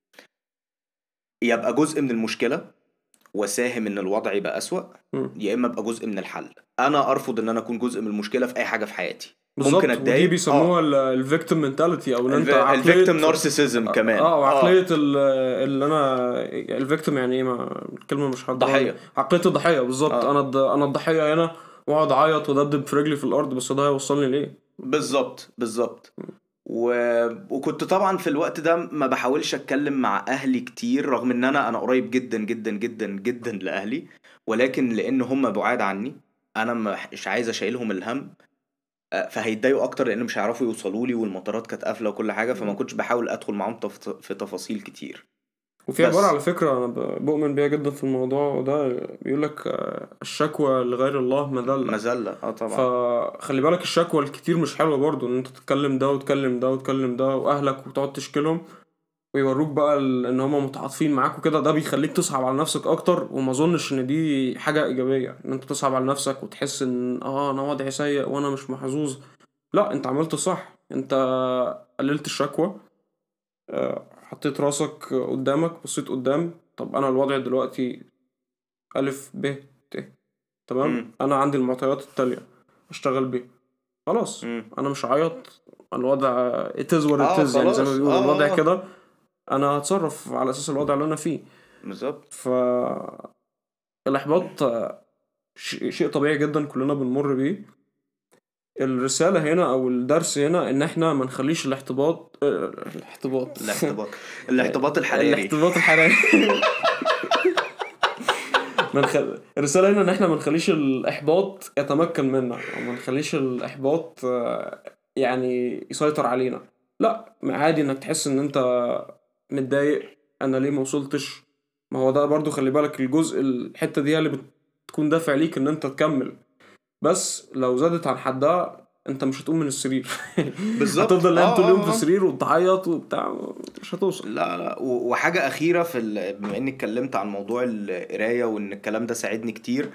يبقى جزء من المشكلة واساهم ان الوضع يبقى اسوأ،
مم.
يا اما ابقى جزء من الحل. انا ارفض ان انا اكون جزء من المشكلة في اي حاجة في حياتي. ممكن
بالظبط، ودي
اتضايق
بيسموها الفيكتيم منتاليتي، او ان انت
الفيكتيم
عقليه.
نارسيسيزم كمان
وعقليه اللي انا الفيكتيم يعني ايه، ما الكلمه مش حاضراني.
ضحية.
عقليه الضحيه بالظبط.
اه،
انا الضحيه هنا، واقعد اعيط وادبدب في رجلي في الارض، بس ده هيوصلني ليه؟
بالظبط بالظبط. وكنت طبعا في الوقت ده ما بحاولش اتكلم مع اهلي كتير، رغم ان انا قريب جدا جدا جدا جدا لاهلي، ولكن لان هم بعاد عني، انا مش عايز اشيلهم الهم. فهيتضايقوا اكتر لان مش هيعرفوا يوصلوا لي، والمطارات كانت قافله وكل حاجه. فما كنتش بحاول ادخل معاهم في تفاصيل كتير.
وفي عبارة
بس
على فكرة أنا بؤمن بيها جدا في الموضوع ده، بيقولك الشكوى لغير الله مذلة.
مذله، طبعا.
فخلي بالك الشكوى الكتير مش حلوة برضو، ان انت تتكلم ده وتكلم ده وتكلم ده واهلك وتقعد تشكيلهم ويوروك بقى ان هما متعاطفين معاك وكده. ده بيخليك تصعب على نفسك اكتر، وما اظنش ان دي حاجة ايجابية ان انت تصعب على نفسك وتحس ان انا وضعي سيء وانا مش محظوظ. لا، انت عملت صح، انت قللت الشكوى، حطيت راسك قدامك، بصيت قدام. طب انا الوضع دلوقتي ألف ب ت، تمام،
امم.
انا عندي المعطيات التالية اشتغل بيها. خلاص،
امم.
انا مش هعيط. الوضع it is what it is يعني، زي ما
خلاص.
بيقولوا الوضع كده. انا هتصرف على اساس الوضع اللي انا فيه.
بالظبط.
فالاحباط شيء طبيعي جدا كلنا بنمر بيه. الرسالة هنا او الدرس هنا ان احنا ما نخليش الاحتباط الاحتباط
الاحتباط الاحتباط الحراري.
الاحتباط الحراري. الرسالة هنا ان احنا ما نخليش الاحباط يتمكن منا، او ما نخليش الاحباط يعني يسيطر علينا. لا عادي انك تحس ان انت متضايق، انا ليه ما وصلتش. ما هو ده برضو خلي بالك الجزء الحتة دي هي اللي بتكون دافع ليك ان انت تكمل. بس لو زادت عن حدها انت مش هتقوم من السرير.
بالظبط.
هتفضل نايم طول اليوم في
اه
السرير وتعيط وبتاع، مش هتوصل.
لا لا، وحاجة أخيرة بما إني اتكلمت عن موضوع القراية وإن الكلام ده ساعدني كتير.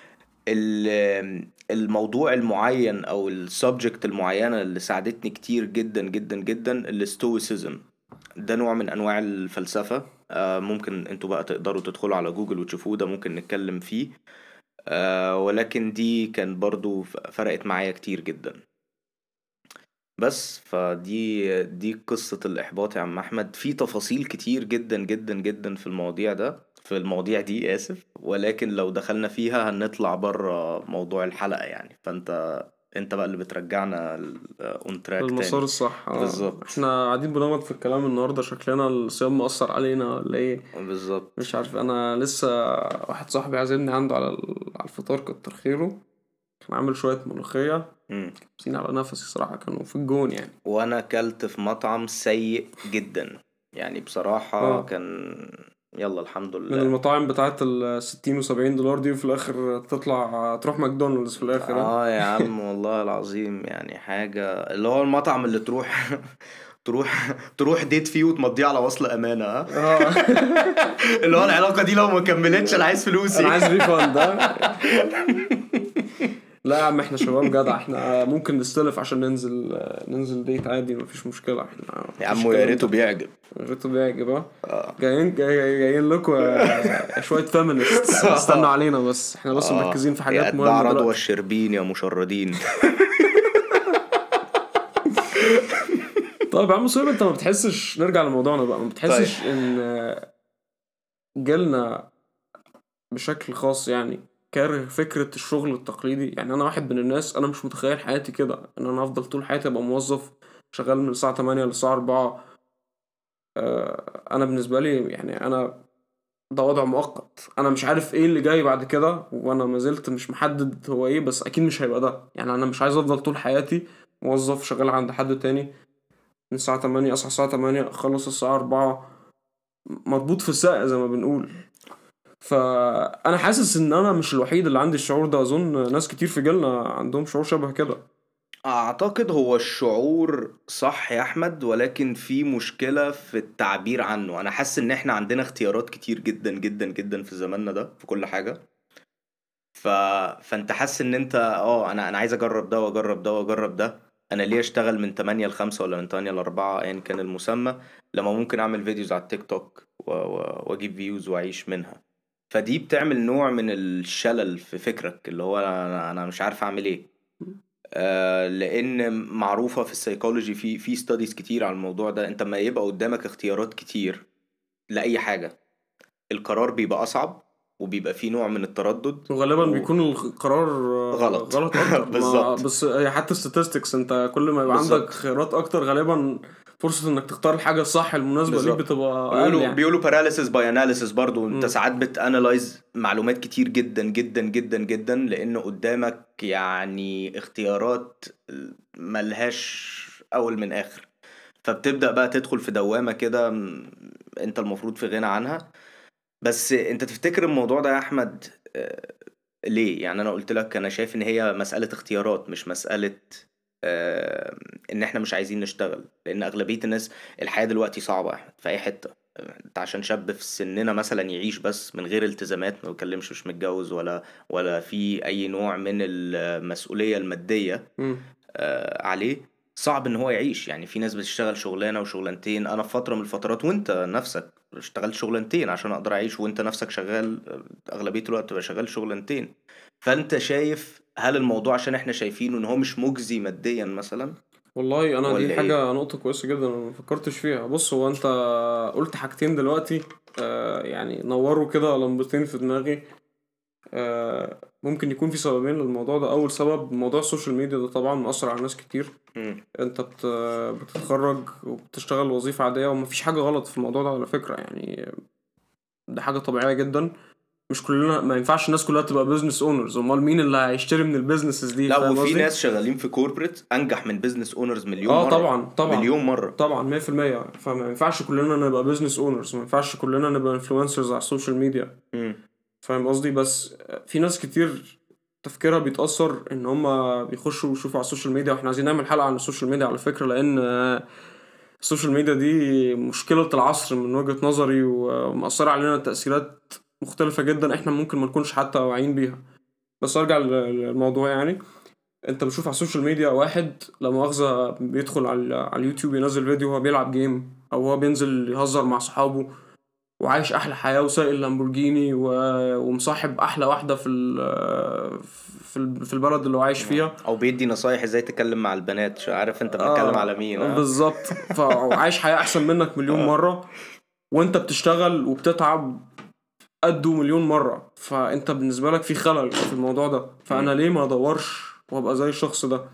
الموضوع المعين أو السبجكت المعينة اللي ساعدتني كتير جدا جدا جدا الاستويسيزم. ده نوع من أنواع الفلسفة. ممكن انتوا بقى تقدروا تدخلوا على جوجل وتشوفوه، ده ممكن نتكلم فيه. ولكن دي كان برضو فرقت معايا كتير جدا. بس دي قصة الإحباط يا عم أحمد، في تفاصيل كتير جدا جدا جدا في المواضيع في المواضيع دي آسف، ولكن لو دخلنا فيها هنطلع بره موضوع الحلقة يعني. انت بقى اللي بترجعنا اون تراك
المسار
تاني.
الصح.
بالظبط.
احنا قاعدين بنغلط في الكلام النهارده، شكلنا الصيام مأثر علينا ولا ايه؟
بالظبط.
مش عارف. انا لسه واحد صاحبي عازمني عنده على الفطار، كتر خيره. كان عامل شويه ملوخيه
مم.
كابسين على نفسي صراحه، كانوا في الجون يعني.
وانا اكلت في مطعم سيء جدا يعني بصراحة
اه،
كان. يلا الحمد
من
لله.
المطاعم بتاعت $60 و$70 دي، وفي الاخر تطلع تروح ماكدونالدز في الاخر. ها.
اه يا عم والله العظيم يعني حاجة اللي هو المطعم اللي تروح تروح ديت فيه وتمضيه على وصل امانة، ها.
اه.
اللي هو العلاقة دي لو ما كملتش انا عايز
انا
فلوسي.
عايز ريفاند ده. لا يا عم، احنا شباب جدع، احنا ممكن نستلف عشان ننزل ديت عادي، مفيش مشكلة. احنا
يا
مفيش
عم يا
الكلام
ريته
ده.
بيعجب.
الريتو بيعجب. اه،
اه.
جايين لكم شوية فيمينيست استنوا علينا، بس احنا بس مركزين في
يا
حاجات
اتباع
مهمة
رضوى
دلوقتي.
الشربين يا مشردين.
طيب يا عم سويب، انت ما بتحسش، نرجع لموضوعنا بقى، ما
طيب.
بتحسش ان جيلنا بشكل خاص يعني كاره فكرة الشغل التقليدي؟ يعني أنا واحد من الناس، أنا مش متخيل حياتي كده، إن أنا أفضل طول حياتي أبقى موظف شغال من الساعة 8 للساعة 4. أنا بالنسبة لي يعني أنا ده وضع مؤقت، أنا مش عارف إيه اللي جاي بعد كده، وأنا ما زلت مش محدد هو إيه، بس أكيد مش هيبقى ده. يعني أنا مش عايز أفضل طول حياتي موظف شغال عند حد تاني، من الساعة 8 أصحى الساعة 8 أخلص الساعة 4، مربوط في الساقة زي ما بنقول. فانا حاسس ان انا مش الوحيد اللي عندي الشعور ده، اظن ناس كتير في جيلنا عندهم شعور شبه كده.
اعتقد هو الشعور صح يا احمد، ولكن في مشكلة في التعبير عنه. انا حاسس ان احنا عندنا اختيارات كتير جدا جدا جدا في زماننا ده في كل حاجة. ف... فانت حاسس ان انت انا عايز اجرب ده واجرب ده واجرب ده. انا ليه اشتغل من 8 ل 5 ولا من 8 ل 4 ايا كان المسمى، لما ممكن اعمل فيديوز على التيك توك واجيب فيوز واعيش منها. فدي بتعمل نوع من الشلل في فكرك، اللي هو انا مش عارف اعمل ايه. لان معروفة في السيكولوجي، في ستاديز كتير على الموضوع ده. انت لما يبقى قدامك اختيارات كتير لأي حاجة، القرار بيبقى اصعب وبيبقى فيه نوع من التردد.
وغالبا بيكون القرار
وغلط.
غلط اكتر. ما
بالظبط.
بس هي حتى statistics، انت كل ما يبقى عندك
بالظبط.
خيارات اكتر غالبا فرصة انك تختار الحاجة الصح المناسبة ليك
بالظبط.
بتبقى اقل
وبيقولوا
يعني.
بيقولوا paralysis by analysis برضو. انت
مم.
ساعات بتانلايز معلومات كتير جدا جدا جدا جدا، لان قدامك يعني اختيارات ملهاش اول من اخر. فبتبدأ بقى تدخل في دوامة كده، انت المفروض في غنى عنها. بس انت تفتكر الموضوع ده يا احمد ليه؟ يعني انا قلت لك انا شايف ان هي مسألة اختيارات، مش مسألة آه، ان احنا مش عايزين نشتغل. لان اغلبية الناس، الحياة دلوقتي صعبة يا احمد في اي حتة. انت عشان شاب في سننا مثلا يعيش بس من غير التزامات، ما بتكلمش مش متجوز ولا في اي نوع من المسؤولية المادية
مم.
عليه، صعب ان هو يعيش. يعني في ناس بتشتغل شغلانه وشغلانتين. انا في فتره من الفترات وانت نفسك اشتغلت شغلانتين عشان اقدر اعيش، وانت نفسك شغال اغلبيه الوقت تبقى شغال شغلانتين. فانت شايف هل الموضوع عشان احنا شايفينه ان هو مش مجزي ماديا مثلا،
والله انا دي
ولا ايه؟
حاجة نقطة كويسة جدا، انا ما فكرتش فيها. بص، هو انت قلت حاجتين دلوقتي يعني نوروا كده لمبتين في دماغي. ممكن يكون في سببين للموضوع ده. اول سبب موضوع السوشيال ميديا ده طبعا مأثر على ناس كتير.
مم.
انت بتتخرج وبتشتغل وظيفة عادية، ومفيش حاجة غلط في الموضوع ده على فكرة يعني، ده حاجة طبيعية جدا. مش كلنا، ما ينفعش الناس كلها تبقى بزنس اونرز. امال مين اللي هيشتري من البيزنسز دي؟
لا،
فاهم
وفي
قصدي؟
ناس شغالين في كوربريت انجح من بزنس اونرز مليون
اه
مره.
طبعا طبعا
مليون مره.
طبعا 100%. فما ينفعش كلنا نبقى بزنس اونرز، ما ينفعش كلنا نبقى انفلونسرز على السوشيال ميديا.
مم.
فاهم قصدي؟ بس في ناس كتير تفكيرها بيتأثر ان هم بيخشوا ويشوفوا على السوشيال ميديا. واحنا عايزين نعمل حلقة عن السوشيال ميديا على فكرة، لان السوشيال ميديا دي مشكلة العصر من وجهة نظري، ومأثرة علينا تأثيرات مختلفة جدا احنا ممكن ما نكونش حتى واعيين بيها. بس ارجع للموضوع يعني. انت بتشوف على السوشيال ميديا واحد لا مؤاخذة بيدخل على اليوتيوب ينزل فيديو وهو بيلعب جيم، او هو بينزل يهزر مع صحابه وعايش احلى حياة وسائق اللامبورجيني ومصاحب احلى واحدة في البلد اللي هو عايش فيها.
او بيدي نصايح ازاي تتكلم مع البنات، مش عارف انت بتتكلم على مين.
بالظبط. فعايش حياة احسن منك مليون مرة، وانت بتشتغل وبتتعب قده مليون مرة. فانت بالنسبة لك في خلل في الموضوع ده، فانا ليه ما ادورش وابقى زي الشخص ده؟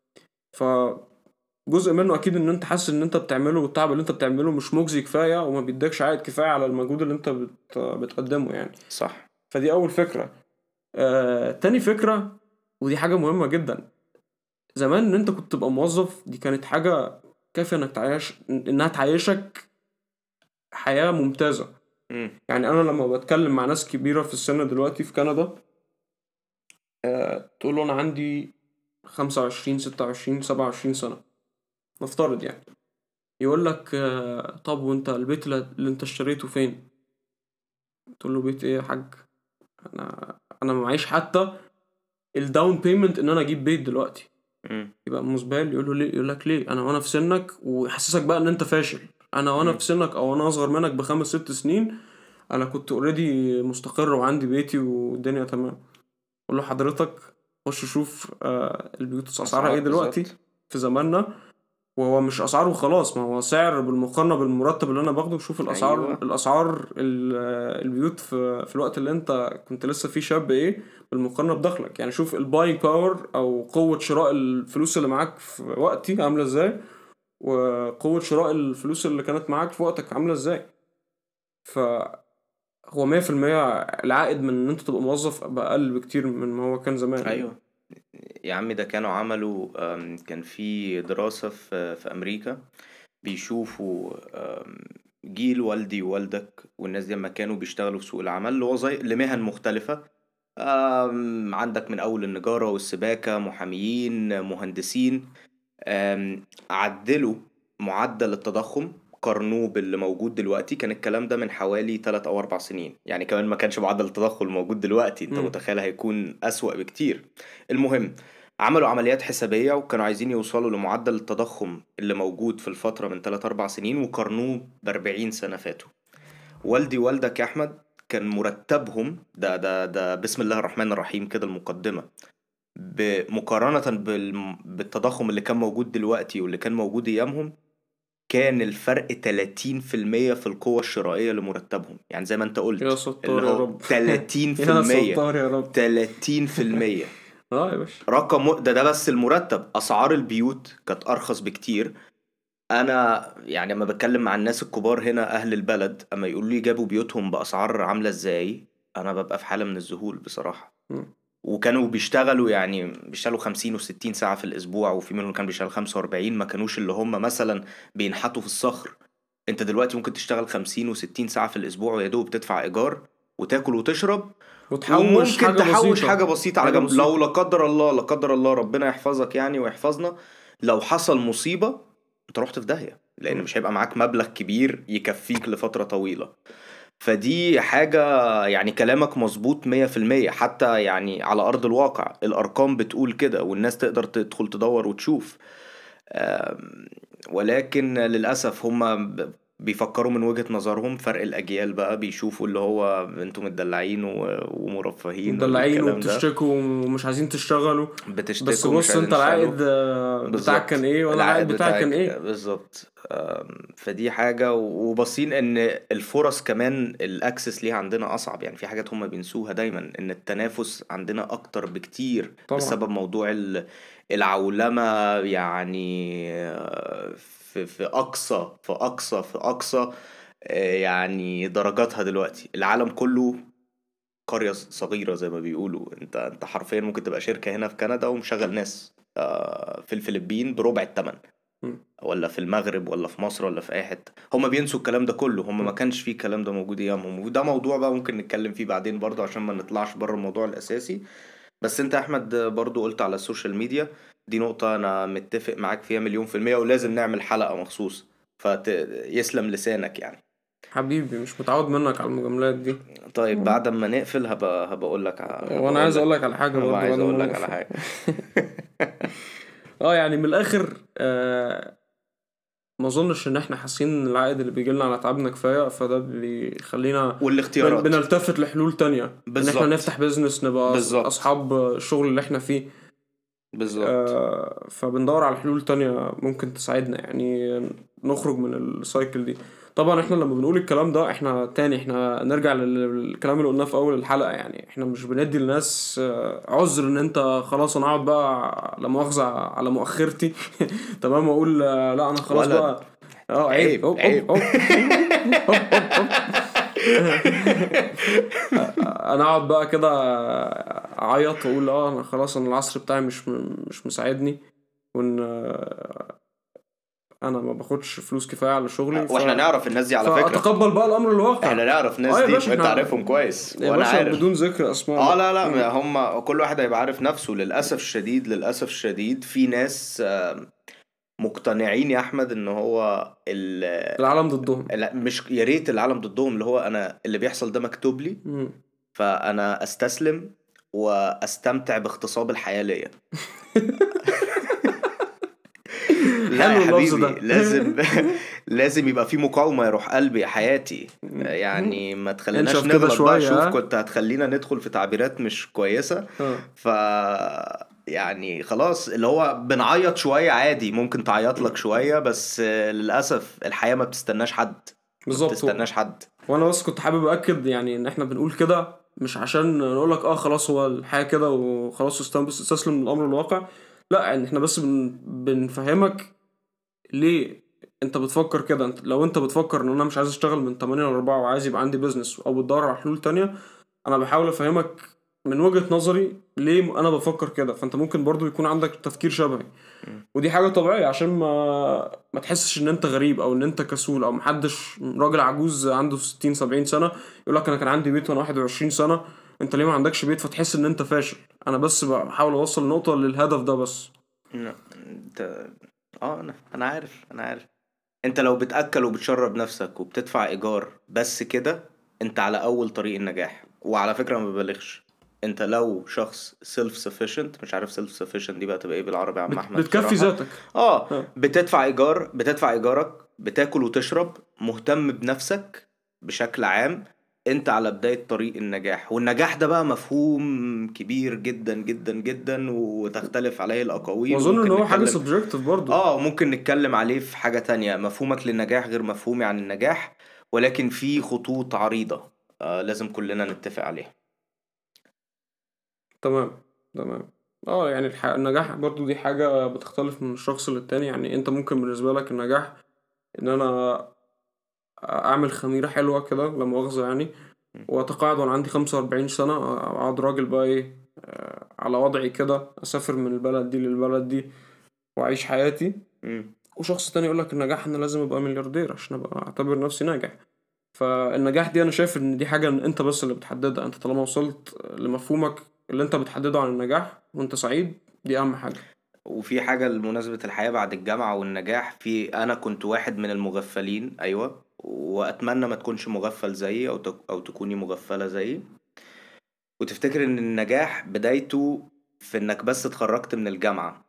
فجزء منه اكيد ان انت حاسس ان انت بتعمله والتعب اللي انت بتعمله مش مجزي كفاية وما بيدكش عائد كفاية على المجهود اللي انت بتقدمه يعني.
صح.
فدي اول فكرة. تاني فكرة، ودي حاجة مهمة جدا. زمان ان انت كنت تبقى موظف دي كانت حاجة كافية انك انها تعيشك حياة ممتازة.
مم.
يعني انا لما بتكلم مع ناس كبيرة في السن دلوقتي في كندا، تقول له انا عندي 25 26 27 سنة نفترض يعني، يقول لك طب وانت البيت اللي انت اشتريته فين؟ تقول له بيت ايه يا حاج؟ انا معيش حتى الداون بيمنت ان انا اجيب بيت دلوقتي.
مم.
يبقى مسبال. يقول له ليه؟ يقول لك ليه؟ انا وانا في سنك، ويحسسك بقى ان انت فاشل. انا وانا
مم.
في سنك او انا اصغر منك بخمس ست سنين انا كنت اوريدي مستقر وعندي بيتي والدنيا تمام. قول له حضرتك خش شوف البيوت اسعارها ايه
اسعار
دلوقتي
بالظبط.
في زماننا. وهو مش اسعار وخلاص، ما هو سعر بالمقارنه بالمرتب اللي انا باخده. شوف
ايوه.
البيوت في الوقت اللي انت كنت لسه فيه شاب ايه بالمقارنه بدخلك. يعني شوف الباينج باور او قوه شراء الفلوس اللي معاك في وقتي عامله ازاي، وقوه شراء الفلوس اللي كانت معاك في وقتك عامله ازاي. فهو 100% العائد من ان انت تبقى موظف بقى اقل بكتير من ما هو كان زمان يعني.
ايوه يا عم، ده كانوا عملوا كان في دراسة في أمريكا بيشوفوا جيل والدي ووالدك والناس دي لما كانوا بيشتغلوا في سوق العمل لوظائف لمهن مختلفة. عندك من أول النجارة والسباكة، محاميين، مهندسين. عدلوا معدل التضخم، قارنوه باللي موجود دلوقتي. كان الكلام ده من حوالي 3 أو 4 سنين، يعني كمان ما كانش معدل التضخم الموجود دلوقتي. انت
مم.
متخيل هيكون أسوأ بكتير. المهم، عملوا عمليات حسابية وكانوا عايزين يوصلوا لمعدل التضخم اللي موجود في الفترة من 3 4 سنين وقارنوه ب40 سنة فاتوا. والدي والدك يا أحمد كان مرتبهم ده بسم الله الرحمن الرحيم كده المقدمة، مقارنة بالتضخم اللي كان موجود دلوقتي واللي كان موجود أيامهم، كان الفرق 30% في القوة الشرائية لمرتبهم. يعني زي ما انت
يا
قلت اللي
ستار يا
هو
رب. يا
30%.
ستار يا رب.
30%.
اه يا باشا.
رقم ده بس المرتب. أسعار البيوت كانت أرخص بكتير. أنا يعني لما بتكلم مع الناس الكبار هنا أهل البلد أما يقولوا لي جابوا بيوتهم بأسعار عاملة إزاي، أنا ببقى في حالة من الذهول بصراحة.
مم.
وكانوا بيشتغلوا، يعني بيشتغلوا 50 و60 ساعة في الأسبوع، وفي منهم كان بيشتغل 45. ما كانوش اللي هم مثلا بينحتوا في الصخر. انت دلوقتي ممكن تشتغل 50 و60 ساعة في الأسبوع ويا دوب تدفع إيجار وتاكل وتشرب،
وتحوش
وممكن
حاجة
تحوش
بسيطة.
حاجة بسيطة على
حاجة
جنب لو
بسيطة.
لا قدر الله، لا قدر الله، ربنا يحفظك يعني ويحفظنا، لو حصل مصيبة انت رحت في داهية، لأن
مم.
مش هيبقى معاك مبلغ كبير يكفيك لفترة طويلة. فدي حاجة، يعني كلامك مظبوط 100%. حتى يعني على أرض الواقع الأرقام بتقول كده، والناس تقدر تدخل تدور وتشوف. آم، ولكن للأسف هم بيفكروا من وجهة نظرهم. فرق الأجيال بقى بيشوفوا اللي هو انتوا مدلعين ومرفهين
مدلعين
والكلام ده.
وبتشتكوا ومش عايزين تشتغلوا. بس
بتشتكوا ومش
بص
عايزين
انت
تشتغلوا.
العائد بتاعك كان
بالظبط.
ايه وانا العائد
العائد
بتاعي كان
بتاعك
ايه.
بالظبط. فدي حاجة، وباصين ان الفرص كمان الاكسس ليها عندنا اصعب. يعني في حاجات هم بينسوها دايما، ان التنافس عندنا اكتر بكتير
طبعا.
بسبب موضوع العولمة. يعني في اقصى يعني درجاتها دلوقتي العالم كله قرية صغيرة زي ما بيقولوا. انت حرفيا ممكن تبقى شركة هنا في كندا ومشغل ناس في الفلبين بربع الثمن،
م.
ولا في المغرب ولا في مصر ولا في اي حتة. هم بينسوا الكلام ده كله، هم ما
م.
كانش فيه الكلام ده موجود ايامهم، وده موضوع بقى ممكن نتكلم فيه بعدين برضه عشان ما نطلعش بره الموضوع الاساسي. بس انت يا احمد برضه قلت على السوشيال ميديا، دي نقطة انا متفق معاك فيها مليون في المية، ولازم نعمل حلقة مخصوص، فيسلم لسانك يعني.
حبيبي مش متعود منك على المجاملات دي.
طيب بعد ما نقفل هبقى اقول لك
وانا عايز اقول لك على حاجه
هبقى
برضو
عايز
بعد ما
اقول لك على
نقفل.
حاجة.
يعني من الاخر ما اظنش ان احنا حاسين ان العائد اللي بيجي لنا على تعبنا كفايه، فده بيخلينا
والاختيارات.
بنلتفت لحلول تانية، ان احنا
بالظبط.
نفتح بيزنس، نبقى
بالظبط.
اصحاب الشغل اللي احنا فيه.
بالظبط.
فبندور على حلول تانية ممكن تساعدنا يعني نخرج من السايكل دي. طبعا احنا لما بنقول الكلام ده احنا نرجع للكلام اللي قلناه في اول الحلقة، يعني احنا مش بندي الناس عذر ان انت خلاص انا اقعد بقى لا مؤاخذة على مؤخرتي تمام، واقول لا انا خلاص
ولد،
بقى. عيب،
عيب
هوب هوب
عيب.
هوب هوب هوب هوب. انا اقعد بقى كده اعيط واقول انا خلاص انا العصر بتاعي مش مساعدني، وان انا ما باخدش فلوس كفايه على شغلي،
واحنا نعرف الناس دي على فكرة،
فاتقبل بقى الامر الواقع.
احنا نعرف الناس
اه يا
دي
باشا
وانت
احنا،
عارفهم كويس
يا
وانا
باشا
عارف.
بدون ذكر اسماء
اه
بقى.
لا لا، هم كل واحد هيبقى عارف نفسه. للأسف الشديد، للأسف الشديد في ناس مقتنعين يا احمد ان هو
العالم ضدهم.
مش يا ريت العالم ضدهم، اللي هو انا اللي بيحصل ده مكتوب لي،
مم.
فانا استسلم واستمتع باغتصاب الحياة ليا. لا يا
حلو اللفظ
حبيبي،
ده.
لازم لازم يبقى في مقاومة يا روح قلبي يا حياتي. يعني ما تخليناش
انشف كده
نغلط بقى.
شويه
شوف
ها.
كنت هتخلينا ندخل في تعبيرات مش كويسة.
اه
ف يعني خلاص، اللي هو بنعيط شوية عادي، ممكن تعيط لك شوية، بس للأسف الحياة ما بتستناش حد، ما
بالظبط.
بتستناش حد.
وانا بس كنت حابب اكد يعني ان احنا بنقول كده مش عشان نقول لك خلاص هو الحياه كده وخلاص استسلم للامر الواقع. لا، ان احنا بس بنفهمك ليه انت بتفكر كده. انت لو انت بتفكر ان انا مش عايز اشتغل من 8 ل 4 وعايز يبقى عندي بيزنس، او بتدور على حلول تانية، انا بحاول افهمك من وجهة نظري ليه انا بفكر كده، فانت ممكن برضو يكون عندك تفكير شبهي.
م.
ودي حاجة طبيعية عشان ما تحسش ان انت غريب او ان انت كسول، او محدش راجل عجوز عنده 60 70 سنة يقول لك انا كان عندي بيت وانا 21 سنة، انت ليه ما عندكش بيت، فتحس ان انت فاشل. انا بس بحاول اوصل نقطة للهدف ده بس.
لا، انت انا عارف، انا عارف. انت لو بتأكل وبتشرب نفسك وبتدفع ايجار بس كده، انت على اول طريق النجاح. وعلى فكرة ما ببالغش، انت لو شخص سيلف سufficient، مش عارف سيلف سufficient دي بقى تبقى ايه بالعربي يا عم احمد
بتكفي
بصراحة.
ذاتك. اه
بتدفع ايجار، بتدفع ايجارك، بتاكل وتشرب، مهتم بنفسك بشكل عام، انت على بداية طريق النجاح. والنجاح ده بقى مفهوم كبير جدا جدا جدا، وتختلف عليه الاقاويل،
واظن ان
وممكن
هو حاجة
نتكلم.
سبجكتيف برضو.
ممكن نتكلم عليه في حاجة تانية. مفهومك للنجاح غير مفهومي عن النجاح، ولكن في خطوط عريضة لازم كلنا نتفق عليها.
تمام تمام. يعني النجاح برضو دي حاجة بتختلف من الشخص للتاني. يعني انت ممكن بالنسبة لك النجاح ان انا اعمل خميرة حلوة كده لا مؤاخذة يعني، واتقاعد وانا عندي 45 سنة، اقعد راجل بقى ايه على وضعي كده، اسافر من البلد دي للبلد دي واعيش حياتي.
مم.
وشخص تاني يقولك النجاح ان لازم ابقى ملياردير عشان ابقى اعتبر نفسي ناجح. فالنجاح دي انا شايف ان دي حاجة انت بس اللي بتحددها. انت طالما وصلت لمفهومك اللي انت بتحدده عن النجاح وانت سعيد، دي اهم حاجة.
وفي حاجة لمناسبة الحياة بعد الجامعة والنجاح، أنا كنت واحد من المغفلين، أيوة، وأتمنى ما تكونش مغفل زيي، أو تكوني مغفلة زيي، وتفتكر إن النجاح بدايته في إنك بس اتخرجت من الجامعة.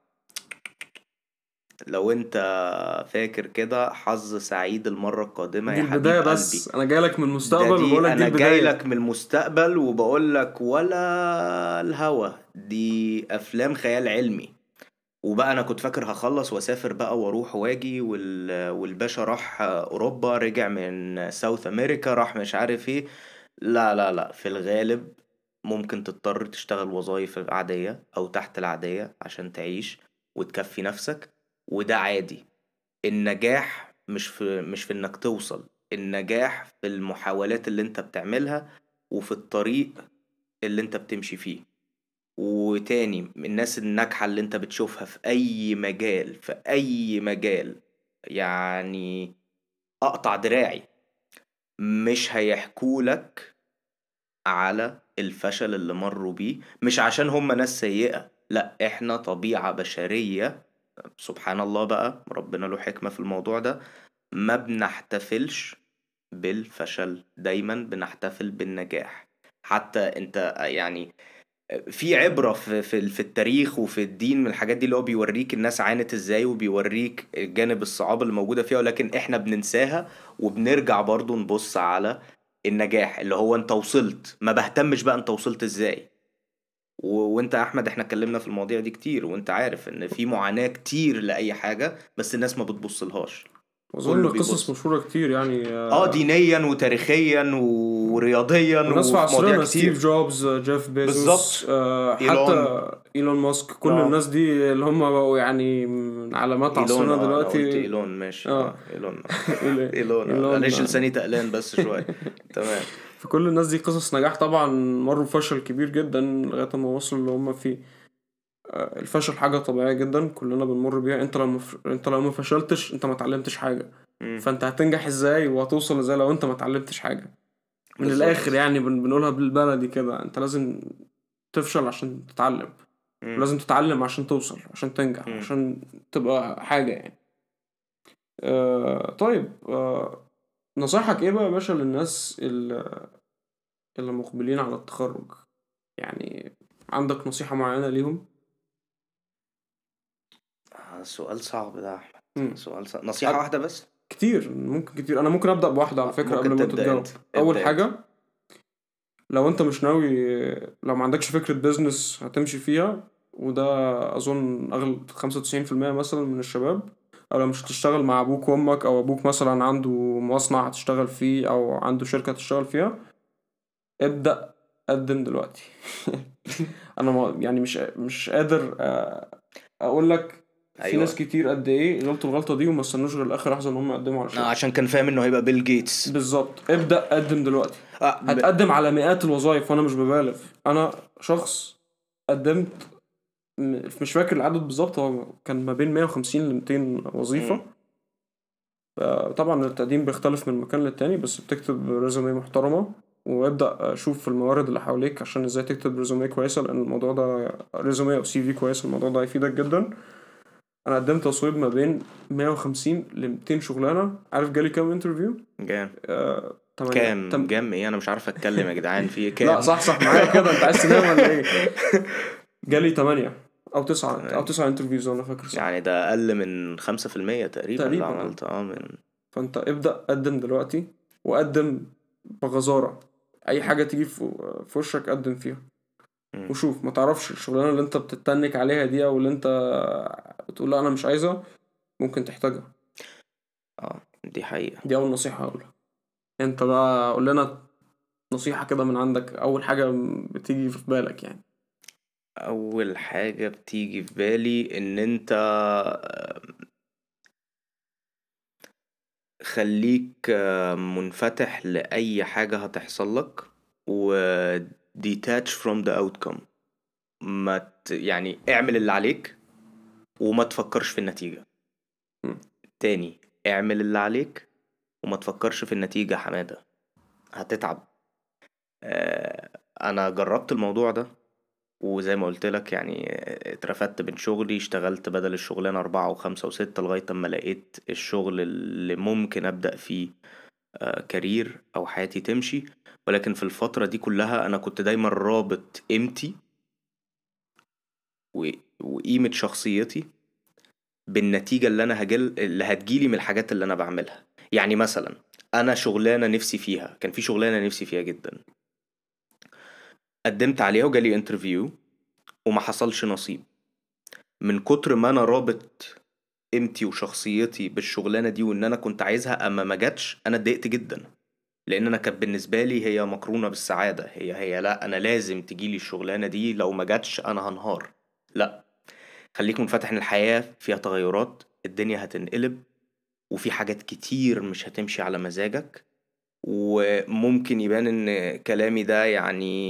لو أنت فاكر كده، حظ سعيد المرة القادمة
دي
يا
البداية،
حبيب قلبي.
بس انا جايلك من المستقبل
دي
وبقولك دي
انا جاي
البداية.
لك من المستقبل وبقول لك ولا الهوا، دي افلام خيال علمي. وبقى انا كنت فاكر هخلص واسافر بقى واروح واجي، والباشا راح اوروبا، رجع من ساوث امريكا، راح مش عارف ايه. لا لا لا، في الغالب ممكن تضطر تشتغل وظائف عادية او تحت العادية عشان تعيش وتكفي نفسك، وده عادي. النجاح مش في انك توصل، النجاح في المحاولات اللي انت بتعملها وفي الطريق اللي انت بتمشي فيه. وتاني، الناس الناجحة اللي انت بتشوفها في اي مجال، في اي مجال، يعني اقطع دراعي، مش هيحكولك على الفشل اللي مروا بيه، مش عشان هم ناس سيئة، لا، احنا طبيعة بشرية، سبحان الله بقى، ربنا له حكمة في الموضوع ده، ما بنحتفلش بالفشل، دايما بنحتفل بالنجاح. حتى انت يعني في عبرة في التاريخ وفي الدين من الحاجات دي، اللي هو بيوريك الناس عانت ازاي، وبيوريك جانب الصعاب اللي موجودة فيها، ولكن احنا بننساها وبنرجع برضو نبص على النجاح، اللي هو انت وصلت، ما بهتمش بقى انت وصلت ازاي. وانت يا احمد، احنا اتكلمنا في المواضيع دي كتير، وانت عارف ان في معاناة كتير لأي حاجة، بس الناس ما بتبصلهاش.
أظن
كله
قصص
بيبص
مشهورة كتير يعني
دينيا وتاريخيا ورياضيا
والناس في
وفي مواضيع
عصرنا ستيف
كتير.
جوبز، جيف بيزوس،
بالظبط.
حتى
ايلون.
ايلون ماسك، كل
اه
الناس دي اللي هم بقوا يعني من علامات
ايلون،
عصرنا
انا قلت
دلوقتي.
ايلون، ماشي،
اه
ايلون. ايلون،
ايلون
معلش لساني تقلان بس شويه. تمام.
فكل الناس دي قصص نجاح طبعا، مروا بفشل كبير جدا لغاية ما وصلوا اللي هم فيه. الفشل حاجة طبيعية جدا كلنا بنمر بيها. انت لو ما فشلتش انت ما اتعلمتش حاجة.
مم.
فانت هتنجح ازاي وهتوصل ازاي لو انت ما اتعلمتش حاجة؟ من الاخر
بالظبط.
يعني بنقولها بالبلدي كده، انت لازم تفشل عشان تتعلم،
مم.
ولازم تتعلم عشان توصل، عشان تنجح،
مم.
عشان تبقى حاجة يعني. طيب، نصايحك ايه بقى يا باشا للناس اللي مقبلين على التخرج؟ يعني عندك نصيحة معينة ليهم؟
سؤال صعب ده يا احمد.
مم.
سؤال صعب. نصيحة
أد-
واحدة بس.
كتير، ممكن كتير. انا ممكن ابدأ بواحدة على فكرة قبل
ممكن
ما انت
تبدأ انت.
تجاوب. اول
ابدأ انت.
حاجة، لو انت مش ناوي، لو ما عندكش فكرة بيزنس هتمشي فيها، وده اظن اغلب 95% مثلا من الشباب، او لو مش هتشتغل مع ابوك وامك، او ابوك مثلا عنده مصنع هتشتغل فيه او عنده شركة هتشتغل فيها، ابدأ قدم دلوقتي. انا يعني مش قادر اقول لك في ناس
ايوه.
كتير قد ايه غلطوا الغلطة دي وما استنوش غير اخر لحظة ان هم يقدموا على شركة.
عشان كان فاهم انه هيبقى بيل جيتس.
بالظبط، ابدأ قدم دلوقتي.
آه ب...
هتقدم على مئات الوظائف وانا مش ببالغ. انا شخص قدمت، مش فاكر العدد بالظبط، هو كان ما بين 150 ل 200
مم.
وظيفة. طبعا التقديم بيختلف من مكان للتاني، بس بتكتب ريزومي محترمة، وابدأ شوف الموارد اللي حواليك عشان ازاي تكتب ريزومي كويسة، لان الموضوع ده ريزومي او سي في كويس، الموضوع ده هيفيدك جدا. انا قدمت تصويب ما بين 150 ل 200 شغلانة. عارف جالي كام انترفيو؟
جام.
8
كام ايه؟ انا مش عارف اتكلم يا جدعان، في إيه؟
لا،
كام؟
صح معايا كده، انت عايز تنام ولا ايه؟ جالي 8 او 9 او
تمام.
9 انترفيوز انا فاكر صح.
يعني ده اقل من 5% تقريبا اللي
تقريبا
عملت من.
فانت ابدأ قدم دلوقتي، وقدم بغزارة. اي
مم.
حاجة تيجي في وشك قدم فيها،
مم.
وشوف. ما تعرفش الشغلانة اللي انت بتتنك عليها دي او اللي انت بتقول لا انا مش عايزها، ممكن تحتاجها.
اه، دي حقيقة.
دي اول نصيحة هقولها. انت بقى قول لنا نصيحة كده من عندك، اول حاجة بتيجي في بالك يعني.
اول حاجة بتيجي في بالي ان انت خليك منفتح لأي حاجة هتحصل لك، و detach from the outcome. يعني اعمل اللي عليك وما تفكرش في النتيجة.
م.
تاني، اعمل اللي عليك وما تفكرش في النتيجة يا حمادة، هتتعب. انا جربت الموضوع ده، وزي ما قلت لك يعني اترفدت من شغلي، اشتغلت بدل الشغلانة 4 و5 و6 لغاية اما لقيت الشغل اللي ممكن أبدأ فيه كارير أو حياتي تمشي. ولكن في الفترة دي كلها أنا كنت دايما رابط قيمتي وقيمة شخصيتي بالنتيجة اللي هتجيلي من الحاجات اللي أنا بعملها. يعني مثلا أنا شغلانة نفسي فيها، كان في شغلانة نفسي فيها جدا، قدمت عليها وجالي انترفيو وما حصلش نصيب. من كتر ما أنا رابط قيمتي وشخصيتي بالشغلانه دي وان انا كنت عايزها، اما ما جاتش انا اتضايقت جدا، لان انا كانت بالنسبه لي هي مقرونه بالسعاده، هي لا، انا لازم تجيلي الشغلانه دي، لو ما جاتش انا هنهار. لا، خليك منفتح ان الحياه فيها تغيرات، الدنيا هتنقلب، وفي حاجات كتير مش هتمشي على مزاجك. وممكن يبان ان كلامي ده يعني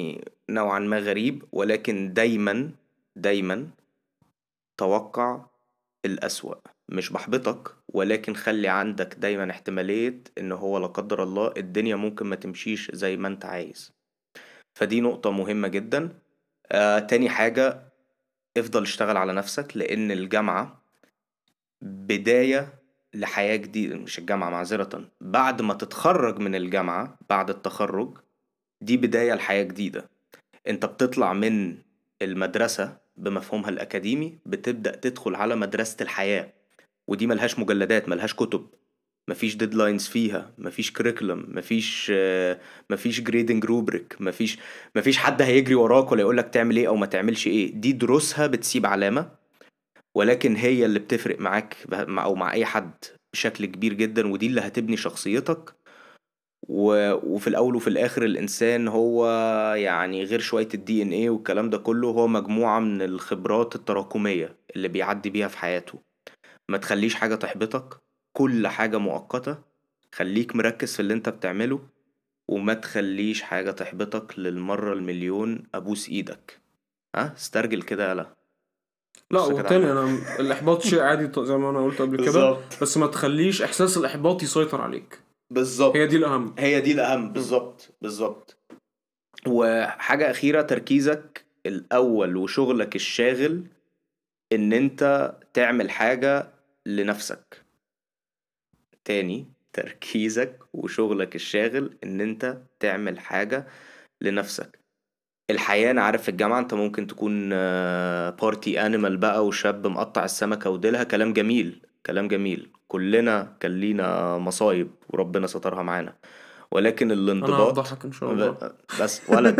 نوعا ما غريب، ولكن دايما دايما توقع الأسوأ. مش بحبطك، ولكن خلي عندك دايما احتمالية ان هو لا قدر الله الدنيا ممكن ما تمشيش زي ما انت عايز. فدي نقطة مهمة جدا. تاني حاجة، افضل اشتغل على نفسك، لان الجامعة بداية لحياة جديدة. مش الجامعة، معذرة، بعد ما تتخرج من الجامعة، بعد التخرج دي بداية لحياة جديدة. انت بتطلع من المدرسة بمفهومها الأكاديمي، بتبدأ تدخل على مدرسة الحياة، ودي ملهاش مجلدات، ملهاش كتب، مفيش ديدلاينز فيها، مفيش كريكولم، مفيش جريدنج روبريك، مفيش حد هيجري وراك ولا يقولك تعمل ايه او ما تعملش ايه. دي دروسها بتسيب علامة، ولكن هي اللي بتفرق معاك او مع اي حد بشكل كبير جدا، ودي اللي هتبني شخصيتك. وفي الاول وفي الاخر الانسان هو يعني غير شوية الدي ان ايه والكلام ده كله، هو مجموعة من الخبرات التراكمية اللي بيعدي بيها في حياته. ما تخليش حاجة تحبطك، كل حاجة مؤقتة. خليك مركز في اللي انت بتعمله، وما تخليش حاجة تحبطك للمرة المليون. ابوس ايدك، ها استرجل كده. لا
لا،
بص كده على
وتاني
النبي.
انا الاحباط شيء عادي زي ما انا قلت قبل كده،
بالظبط.
بس ما تخليش احساس الاحباط يسيطر عليك. هي دي
بالظبط،
الاهم.
هي دي الأهم.
م.
بالظبط بالظبط. وحاجة أخيرة، تركيزك الأول وشغلك الشاغل إن أنت تعمل حاجة لنفسك. تاني، تركيزك وشغلك الشاغل إن أنت تعمل حاجة لنفسك. الحياة، أنا عارف في الجامعة أنت ممكن تكون بارتي أنيمال بقى، وشاب مقطع السمكة وديلها. كلام جميل، كلام جميل. كلنا كان لينا مصايب وربنا سترها معانا، ولكن
انا
الانضباط
هفضحك ان شاء الله.
بس ولد.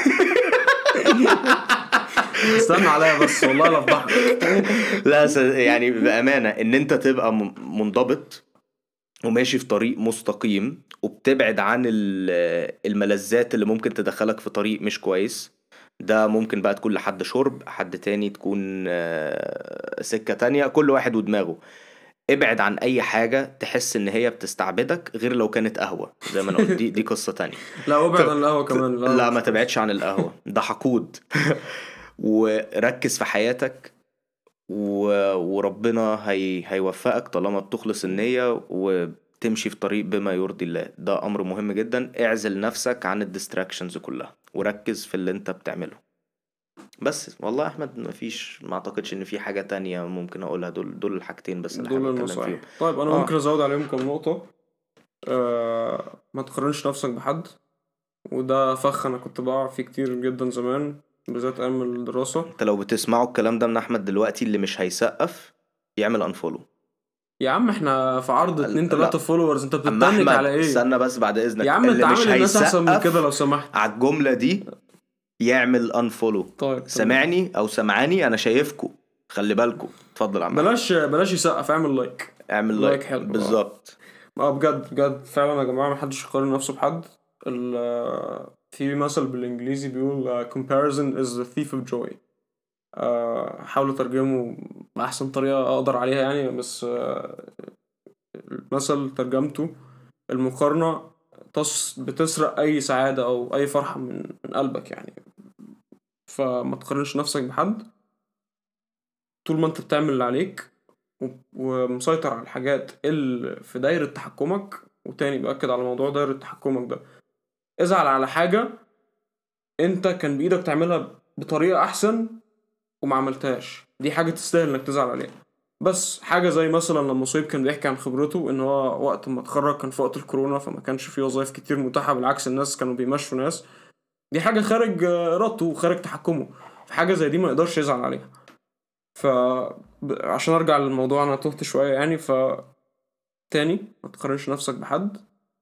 استنى عليا بس، والله لا افضحك.
لا يعني بأمانة إن أنت تبقى منضبط وماشي في طريق مستقيم، وبتبعد عن الملذات اللي ممكن تدخلك في طريق مش كويس. ده ممكن بقى تكون لحد شرب، حد تاني تكون سكة تانية، كل واحد ودماغه. ابعد عن اي حاجة تحس ان هي بتستعبدك، غير لو كانت قهوة زي ما انا قلت، دي قصة تانية.
لا، وابعد عن القهوة كمان، لا
لا ما
مش كويس.
تبعدش عن القهوة، ده حقود. وركز في حياتك، وربنا هيوفقك طالما بتخلص النية وتمشي في طريق بما يرضي الله. ده أمر مهم جدا. اعزل نفسك عن الديستراكشنز كلها، وركز في اللي انت بتعمله. بس والله يا أحمد، ما أعتقدش إن في حاجة تانية ممكن أقولها. دول الحاجتين بس اللي حابب
دول
أتكلم فيهم.
النصايح. طيب انا
اه.
ممكن ازود عليهم كم نقطة. ما تقارنش نفسك بحد، وده فخ انا كنت بقع فيه كتير جدا زمان، بالذات ايام الدراسة.
انت لو بتسمعوا الكلام ده من أحمد دلوقتي، اللي مش هيسقف يعمل انفولو.
يا عم احنا في عرض 2-3
لا،
فولورز، انت
اما
بتتنك
احمد
على ايه؟
استنى بس بعد
يا
اذنك،
عم انت
اللي مش
عامل الناس احسن من كده لو
هيسقف
سمحت.
على الجملة دي يعمل انفولو.
طيب تمام.
سامعني او سامعاني؟ انا شايفكو، خلي بالكو. اتفضل يا عم احمد.
بلاش يسقف، اعمل لايك.
اعمل
لايك
لايك
حلو، اه.
بالظبط.
بجد بجد فعلا يا جماعة، محدش يقارن نفسه بحد. في مثل بالانجليزي بيقول comparison is the thief of joy. حاول اترجمه بأحسن طريقة أقدر عليها يعني، بس المثل ترجمته: المقارنة بتسرق أي سعادة أو أي فرحة من قلبك يعني. فما تقارنش نفسك بحد، طول ما أنت بتعمل اللي عليك ومسيطر على الحاجات اللي في دايرة تحكمك. وتاني بأكد على موضوع دايرة تحكمك ده: ازعل على حاجة أنت كان بإيدك تعملها بطريقة أحسن وما عملتهاش، دي حاجة تستاهل إنك تزعل عليها. بس حاجة زي مثلا لما صهيب كان بيحكي عن خبرته ان هو وقت ما اتخرج كان في وقت الكورونا، فما كانش فيه وظائف كتير متاحة، بالعكس الناس كانوا بيمشوا ناس. دي حاجة خارج ارادته وخارج تحكمه، فحاجة زي دي ما يقدرش يزعل عليها. عشان ارجع للموضوع، انا تهت شوية يعني. تاني، ما تقارنش نفسك بحد،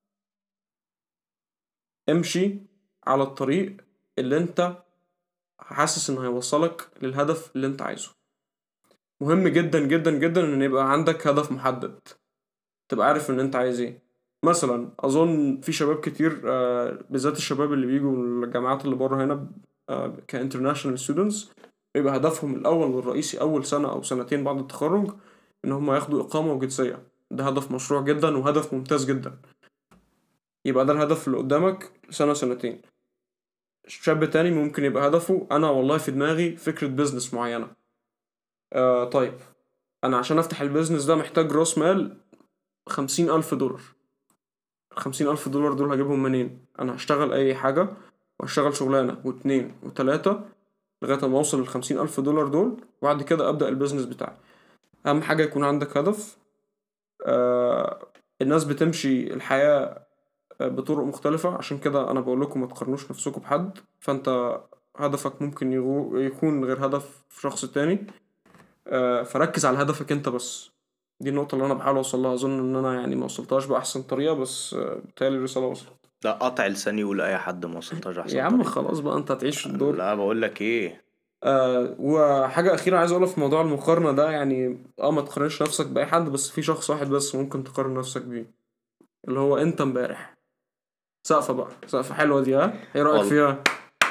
امشي على الطريق اللي انت حاسس انه هيوصلك للهدف اللي انت عايزه. مهم جدا جدا جدا ان يبقى عندك هدف محدد، تبقى عارف ان انت عايز ايه. مثلا اظن في شباب كتير، بالذات الشباب اللي بيجوا من الجامعات اللي بره هنا كانترناشونال ستودنتس، بيبقى هدفهم الاول والرئيسي اول سنه او سنتين بعد التخرج ان هم ياخدوا اقامه وجنسيه. ده هدف مشروع جدا وهدف ممتاز جدا. يبقى ده الهدف اللي قدامك سنه سنتين. شاب تاني ممكن يبقى هدفه انا والله في دماغي فكرة بيزنس معينة. طيب انا عشان افتح البيزنس ده محتاج راس مال 50,000 دولار. 50,000 دولار دول هجيبهم منين؟ انا هشتغل اي حاجة، وهشتغل شغلانة واتنين وتلاتة لغاية ما اوصل ل50,000 دولار دول، وبعد كده ابدأ البيزنس بتاعي. اهم حاجة يكون عندك هدف. الناس بتمشي الحياة بطرق مختلفة، عشان كده أنا بقول لكم ما تقارنوش نفسكم بحد. فأنت هدفك ممكن يكون غير هدف شخص تاني. فركز على هدفك أنت بس. دي النقطة اللي أنا بحاول أوصل لها. أظن إن أنا يعني ما وصلتهاش بأحسن طريقة، بس بتهيألي الرسالة وصلت.
لا، قطع لساني يقول اي حد ما وصلتهاش
يا
احسن
عم
طريقة.
خلاص بقى، أنت هتعيش الدور.
لا، بقول لك ايه.
وحاجة أخيرة عايز أقولها في موضوع المقارنة ده، يعني ما تقارنش نفسك بأي حد، بس في شخص واحد بس ممكن تقارن نفسك بيه، اللي هو أنت امبارح. سقفة بقى، سقفة حلوة دي، ها ايه رأيك
وال...
فيها؟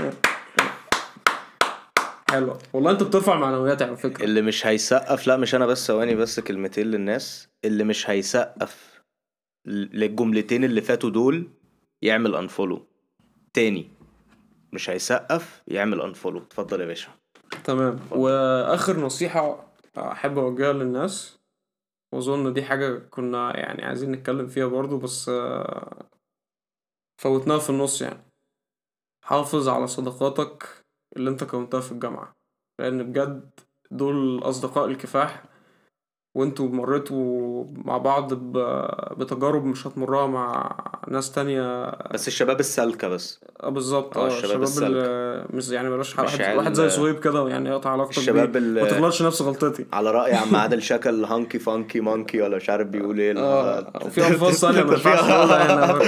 حلوة والله، انت بترفع معنوياتي على فكرة.
اللي مش هيسقف، لا مش انا بس، ثواني بس كلمتين للناس. اللي مش هيسقف للجملتين اللي فاتوا دول يعمل انفولو تاني. مش هيسقف يعمل انفولو. اتفضل يا باشا.
تمام.
اتفضل.
واخر نصيحة احب اوجهها للناس، واظن دي حاجة كنا يعني عايزين نتكلم فيها برضو، بس فوتناها في النص يعني. حافظ على صداقاتك اللي انت كونتها في الجامعة، لان بجد دول اصدقاء الكفاح. وانتوا مريتوا مع بعض بتجارب مش هتمرها مع ناس تانية.
بس الشباب السالكة بس.
بالظبط.
الشباب
الشباب
السالكة.
اللي مش يعني بلاش
مش
واحد زي
عيال.
صهيب كده يعني يقطع علاقتك بيه.
الشباب
ما
اللي
تغلطش نفس غلطتي.
على رأي عم عادل شكل هانكي فانكي مانكي، ولا مش عارف بيقول ايه
وفي الفاظ ثانيه ما ينفعش نقولها هنا.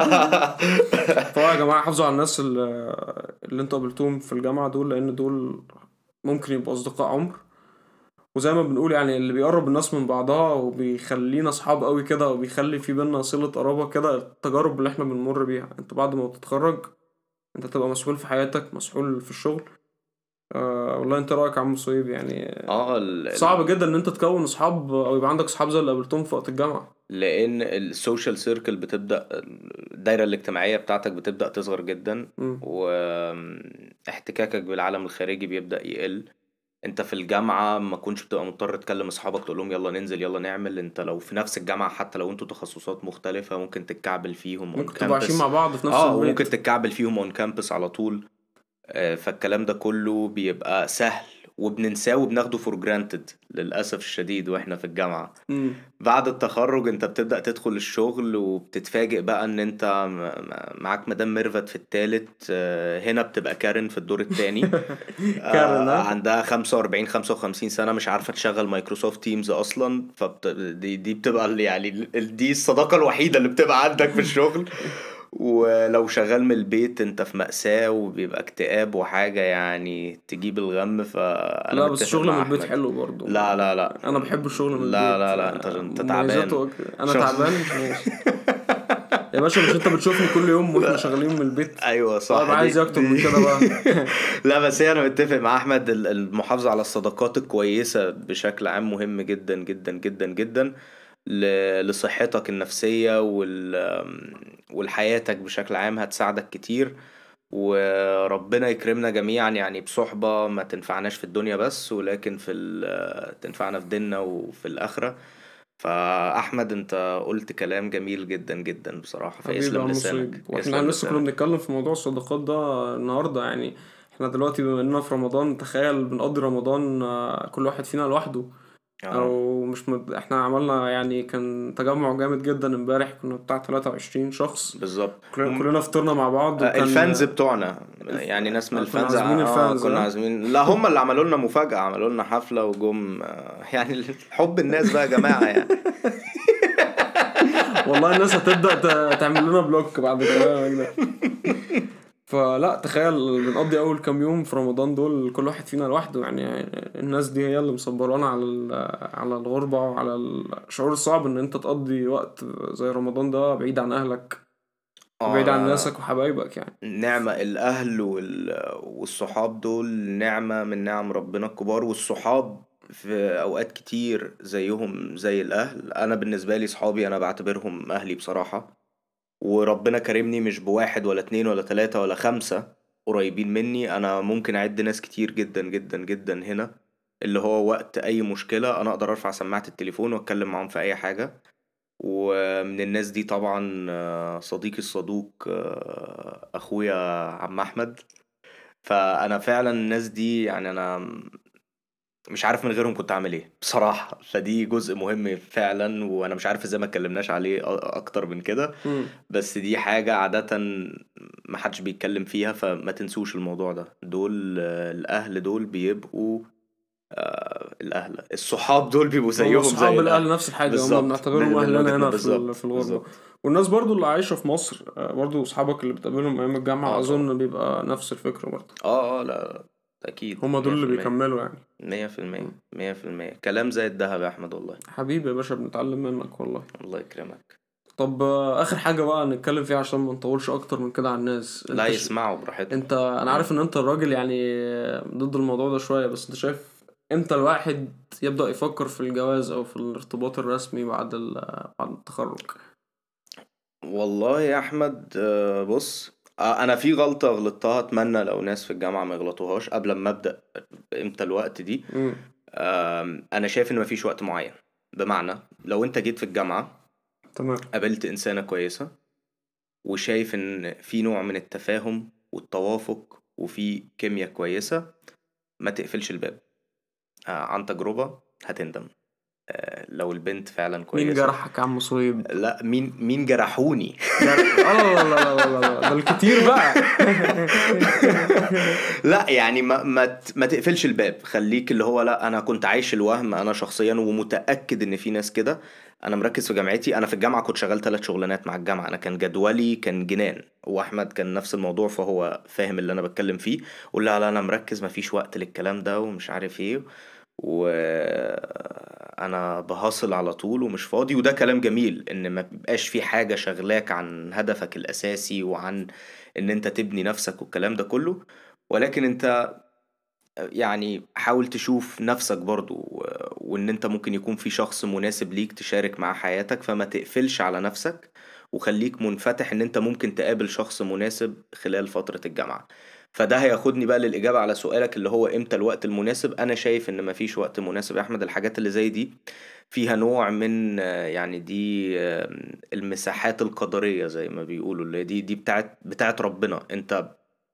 فهو يا جماعه حافظوا على الناس اللي انتوا قابلتوهم في الجامعه دول، لان دول ممكن يبقوا اصدقاء عمر. وزي ما بنقول يعني اللي بيقرب الناس من بعضها وبيخلينا اصحاب قوي كده، وبيخلي في بينا صله قرابه كده، التجارب اللي احنا بنمر بيها. انت بعد ما تتخرج انت تبقى مسؤول في حياتك، مسؤول في الشغل. والله انت رايك يا عم صهيب يعني؟
اه
صعب جدا ان انت تكون اصحاب او يبقى عندك اصحاب زي اللي قابلتهم في وقت الجامعه.
لان السوشيال سيركل بتبدا، الدايره الاجتماعيه بتاعتك بتبدا تصغر جدا،
مم.
واحتكاكك بالعالم الخارجي بيبدا يقل. انت في الجامعه ما كنتش بتبقى مضطر تكلم اصحابك تقول لهم يلا ننزل يلا نعمل. انت لو في نفس الجامعه حتى لو انتوا تخصصات مختلفه ممكن تتكعبل فيهم اون
ممكن تبقوا عايشين
كامبس.
مع بعض في نفس
اه، وممكن
البيت.
تتكعبل فيهم اون كامبس على طول. فالكلام ده كله بيبقى سهل وبننساه وبناخده فور جرانتد للأسف الشديد واحنا في الجامعة.
مم.
بعد التخرج انت بتبدأ تدخل الشغل وبتتفاجئ بقى ان انت معاك مدام ميرفت في التالت. هنا بتبقى كارين في الدور التاني.
كارن، ها.
عندها 45 55 سنة، مش عارفة تشغل مايكروسوفت تيمز أصلا. دي بتبقى يعني دي الصداقة الوحيدة اللي بتبقى عندك في الشغل. ولو شغال من البيت انت في مأساة وبيبقى اكتئاب وحاجة يعني تجيب الغم. فأنا
لا بس
متفق
الشغل من
مع
البيت
أحمد.
حلو برضو.
لا لا لا
انا بحب الشغل من
لا
البيت.
لا لا، انت تعبان.
مميزاته انا تعبان ماشي. يا باشا مش انت بتشوفني كل يوم واحنا شغالين من البيت؟
ايوه
طيب
صح.
عايز ايه اكتر من كده بقى؟
لا بس هي انا متفق مع احمد. المحافظة على الصداقات الكويسة بشكل عام مهم جدا جدا جدا جدا لصحتك النفسية والحياتك بشكل عام. هتساعدك كتير. وربنا يكرمنا جميعا يعني بصحبة ما تنفعناش في الدنيا بس، ولكن تنفعنا في ديننا وفي الآخرة. فأحمد انت قلت كلام جميل جدا جدا بصراحة،
حبيبي يا
فيسلم
عم
لسانك
صهيب، واحنا
يسلم
لسه كنا
لسانك.
بنتكلم في موضوع الصداقات ده النهارده يعني. احنا دلوقتي بما اننا في رمضان، تخيل بنقضي رمضان كل واحد فينا لوحده.
اه
او مش احنا عملنا يعني كان تجمع جامد جدا امبارح، كنا بتاع 23 شخص.
بالظبط.
كلنا فطرنا مع بعض، وكان
الفانز بتوعنا يعني ناس من
كنا
الفانز.
عازمين الفانز،
كنا عازمين. لا هم اللي عملوا لنا مفاجأة، عملوا لنا حفلة وجم. يعني حب الناس بقى يا جماعة يعني.
والله الناس هتبدأ تعمل لنا بلوك بعد كلامك ده. فلا تخيل بنقضي اول كام يوم في رمضان دول كل واحد فينا لوحده يعني. الناس دي هي اللي مصبرانا على الغربة وعلى الشعور الصعب ان انت تقضي وقت زي رمضان ده بعيد عن اهلك
اه
وبعيد عن
لا لا،
ناسك وحبايبك يعني.
نعمة الأهل والصحاب دول نعمة من نعم ربنا الكبار. والصحاب في أوقات كتير زيهم زي الأهل. أنا بالنسبة لي صحابي أنا بعتبرهم أهلي بصراحة. وربنا كرمني مش بواحد ولا اتنين ولا تلاتة ولا خمسة. قريبين مني. انا ممكن اعد ناس كتير جدا جدا جدا هنا، اللي هو وقت اي مشكلة انا اقدر ارفع سماعة التليفون واتكلم معاهم في اي حاجة. ومن الناس دي طبعا صديقي الصدوق اخويا عم احمد. فانا فعلا الناس دي يعني انا مش عارف من غيرهم كنت عامل ايه بصراحة. فدي جزء مهم فعلا، وانا مش عارف ازاي ما اتكلمناش عليه اكتر من كده.
مم.
بس دي حاجة عادة ما حدش بيتكلم فيها، فما تنسوش الموضوع ده. دول الاهل دول بيبقوا الاهل، الصحاب دول بيبقوا
هم
زيهم
صحاب
زي
الأهل
الاهل.
نفس الحاجة، هم
بالظبط،
بنعتبرهم
من وجهة
أهلنا هنا في
بالظبط
في الغربة.
بالظبط.
والناس برضو اللي عايشة في مصر برضو أصحابك اللي بتقابلهم أيام الجامعة
اه طبعا.
أظن بيبقى نفس الفكرة برضو.
اه لا اكيد
هم دول اللي
100%.
بيكملوا يعني.
100%
مم.
100%. كلام زي الذهب يا احمد والله.
حبيبي يا باشا، بنتعلم منك والله.
الله يكرمك.
طب آخر حاجة بقى نتكلم فيها عشان ما نطولش أكتر من كده على الناس.
لا يسمعوا براحتهم.
أنا عارف إن أنت الراجل يعني ضد الموضوع ده شوية، بس أنت شايف إمتى الواحد يبدأ يفكر في الجواز أو في الارتباط الرسمي بعد التخرج؟
والله يا احمد بص، انا في غلطة غلطتها، اتمنى لو ناس في الجامعة ما يغلطوهاش قبل ما ابدأ. امتى الوقت دي؟
مم.
انا شايف ان مفيش وقت معين. بمعنى لو انت جيت في الجامعة
تمام.
قابلت انسانة كويسة، وشايف ان في نوع من التفاهم والتوافق وفي كيمياء كويسة، ما تقفلش الباب. عن تجربة هتندم. لو البنت فعلا
مين
كويسة.
جرحك يا عم صهيب؟
لا، مين جرحوني؟
لا لا لا لا لا لا، ده الكتير بقى.
لا يعني ما تقفلش الباب. خليك اللي هو لا، انا كنت عايش الوهم انا شخصيا، ومتأكد ان في ناس كده. انا مركز في جامعتي. انا في الجامعة كنت شغال 3 شغلانات مع الجامعة. انا كان جدولي كان جنان، واحمد كان نفس الموضوع، فهو فاهم اللي انا بتكلم فيه. قول لا لا انا مركز، مفيش وقت للكلام ده ومش عارف ايه، وانا بهاصل على طول ومش فاضي. وده كلام جميل ان ما بيبقاش في حاجة شغلاك عن هدفك الاساسي وعن ان انت تبني نفسك والكلام ده كله. ولكن انت يعني حاول تشوف نفسك برضو وان انت ممكن يكون في شخص مناسب ليك تشارك معاه حياتك. فما تقفلش على نفسك، وخليك منفتح ان انت ممكن تقابل شخص مناسب خلال فترة الجامعة. فده هياخدني بقى للإجابة على سؤالك اللي هو امتى الوقت المناسب. انا شايف ان مفيش وقت مناسب يا احمد. الحاجات اللي زي دي فيها نوع من يعني دي المساحات القدرية زي ما بيقولوا، اللي دي بتاعت ربنا. انت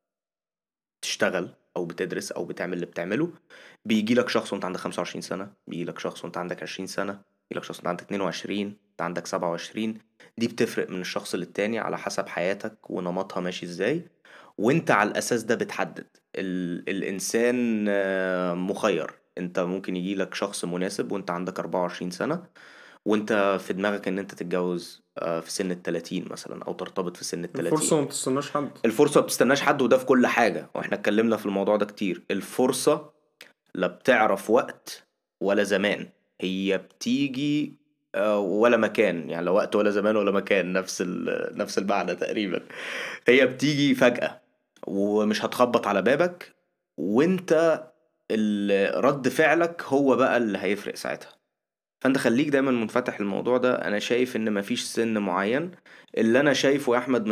تشتغل او بتدرس او بتعمل اللي بتعمله، بيجي لك شخص وانت عندك 25 سنة، بيجي لك شخص وانت عندك 20 سنة، بيجي لك شخص وانت عندك 22، انت عندك 27. دي بتفرق من الشخص للتاني على حسب حياتك ونمطها ماشي ازاي. وانت على الاساس ده بتحدد الانسان مخير. انت ممكن يجي لك شخص مناسب وانت عندك 24 سنة، وانت في دماغك ان انت تتجوز في سن ال30 مثلا، او ترتبط في سن
الفرصة
ال30.
ما بتستناش حد.
الفرصة ما بتستناش حد، وده في كل حاجة، واحنا اتكلمنا في الموضوع ده كتير. الفرصة لا بتعرف وقت ولا زمان، هي بتيجي ولا مكان. يعني لا وقت ولا زمان ولا مكان، نفس المعنى تقريبا. هي بتيجي فجأة ومش هتخبط على بابك، وانت رد فعلك هو بقى اللي هيفرق ساعتها. فانت خليك دايما منفتح الموضوع ده. انا شايف ان مفيش سن معين. اللي انا شايفه يا احمد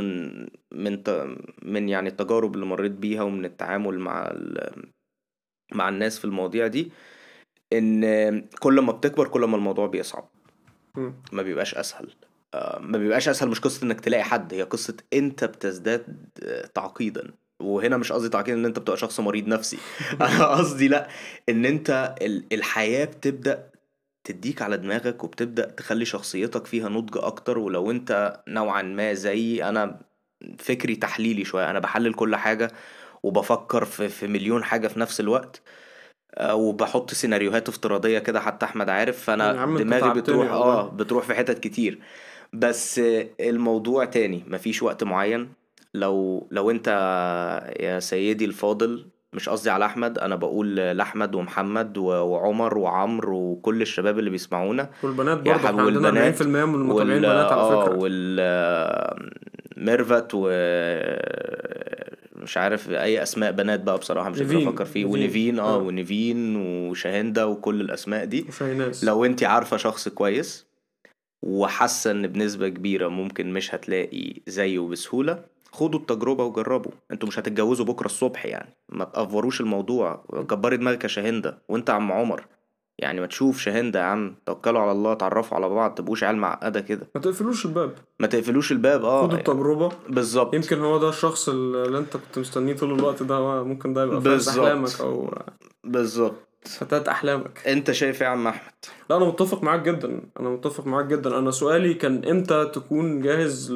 من يعني التجارب اللي مريت بيها ومن التعامل مع الناس في المواضيع دي، ان كل ما بتكبر كل ما الموضوع بيصعب،
مم.
ما بيبقاش اسهل. ما بيبقاش اسهل. مش قصة انك تلاقي حد، هي قصة انت بتزداد تعقيدا. وهنا مش قصدي تعقيد ان انت بتبقى شخص مريض نفسي. انا قصدي لا، ان انت الحياة بتبدأ تديك على دماغك، وبتبدأ تخلي شخصيتك فيها نضج اكتر. ولو انت نوعا ما زي انا، فكري تحليلي شوية، انا بحلل كل حاجة وبفكر في مليون حاجة في نفس الوقت. وبحط سيناريوهات افتراضية كده حتى احمد عارف.
يا
فانا
عم انت
دماغي
تعبتني
بتروح
والله.
بتروح في حتت كتير. بس الموضوع تاني مفيش وقت معين. لو انت يا سيدي الفاضل، مش قصدي على احمد، انا بقول لاحمد ومحمد وعمر وعمرو وكل الشباب اللي بيسمعونا.
والبنات
يا
برضه،
حبيبي
احنا عندنا
والبنات
40% من المتابعين بنات على فكرة.
ميرفت مش عارف اي اسماء بنات بقى بصراحة، مش قادر افكر فيه.
نيفين
ونيفين
اه.
ونيفين وشاهندة وكل الاسماء دي.
وشاهيناز.
لو انت عارفة شخص كويس وحاسة ان بنسبة كبيرة ممكن مش هتلاقي زيه بسهولة، خدوا التجربة وجربوا. انتوا مش هتتجوزوا بكرة الصبح يعني، ما تقفروش الموضوع. كبري دماغك يا شاهندة. وانت يا عم عمر يعني ما تشوف شاهندة يا عم، توكلوا على الله، تعرفوا على بعض، تبقوش عيال معقدة كده.
ما تقفلوش الباب،
ما تقفلوش الباب.
خدوا
يعني
التجربة.
بالظبط.
يمكن هو ده الشخص اللي انت كنت مستنيه طول الوقت ده، ممكن ده يبقى فارس احلامك
بالظبط
او
بالظبط.
فتاة احلامك.
انت شايف ايه يا عم احمد؟
لا انا متفق معاك جدا، انا متفق معاك جدا. انا سؤالي كان امتى تكون جاهز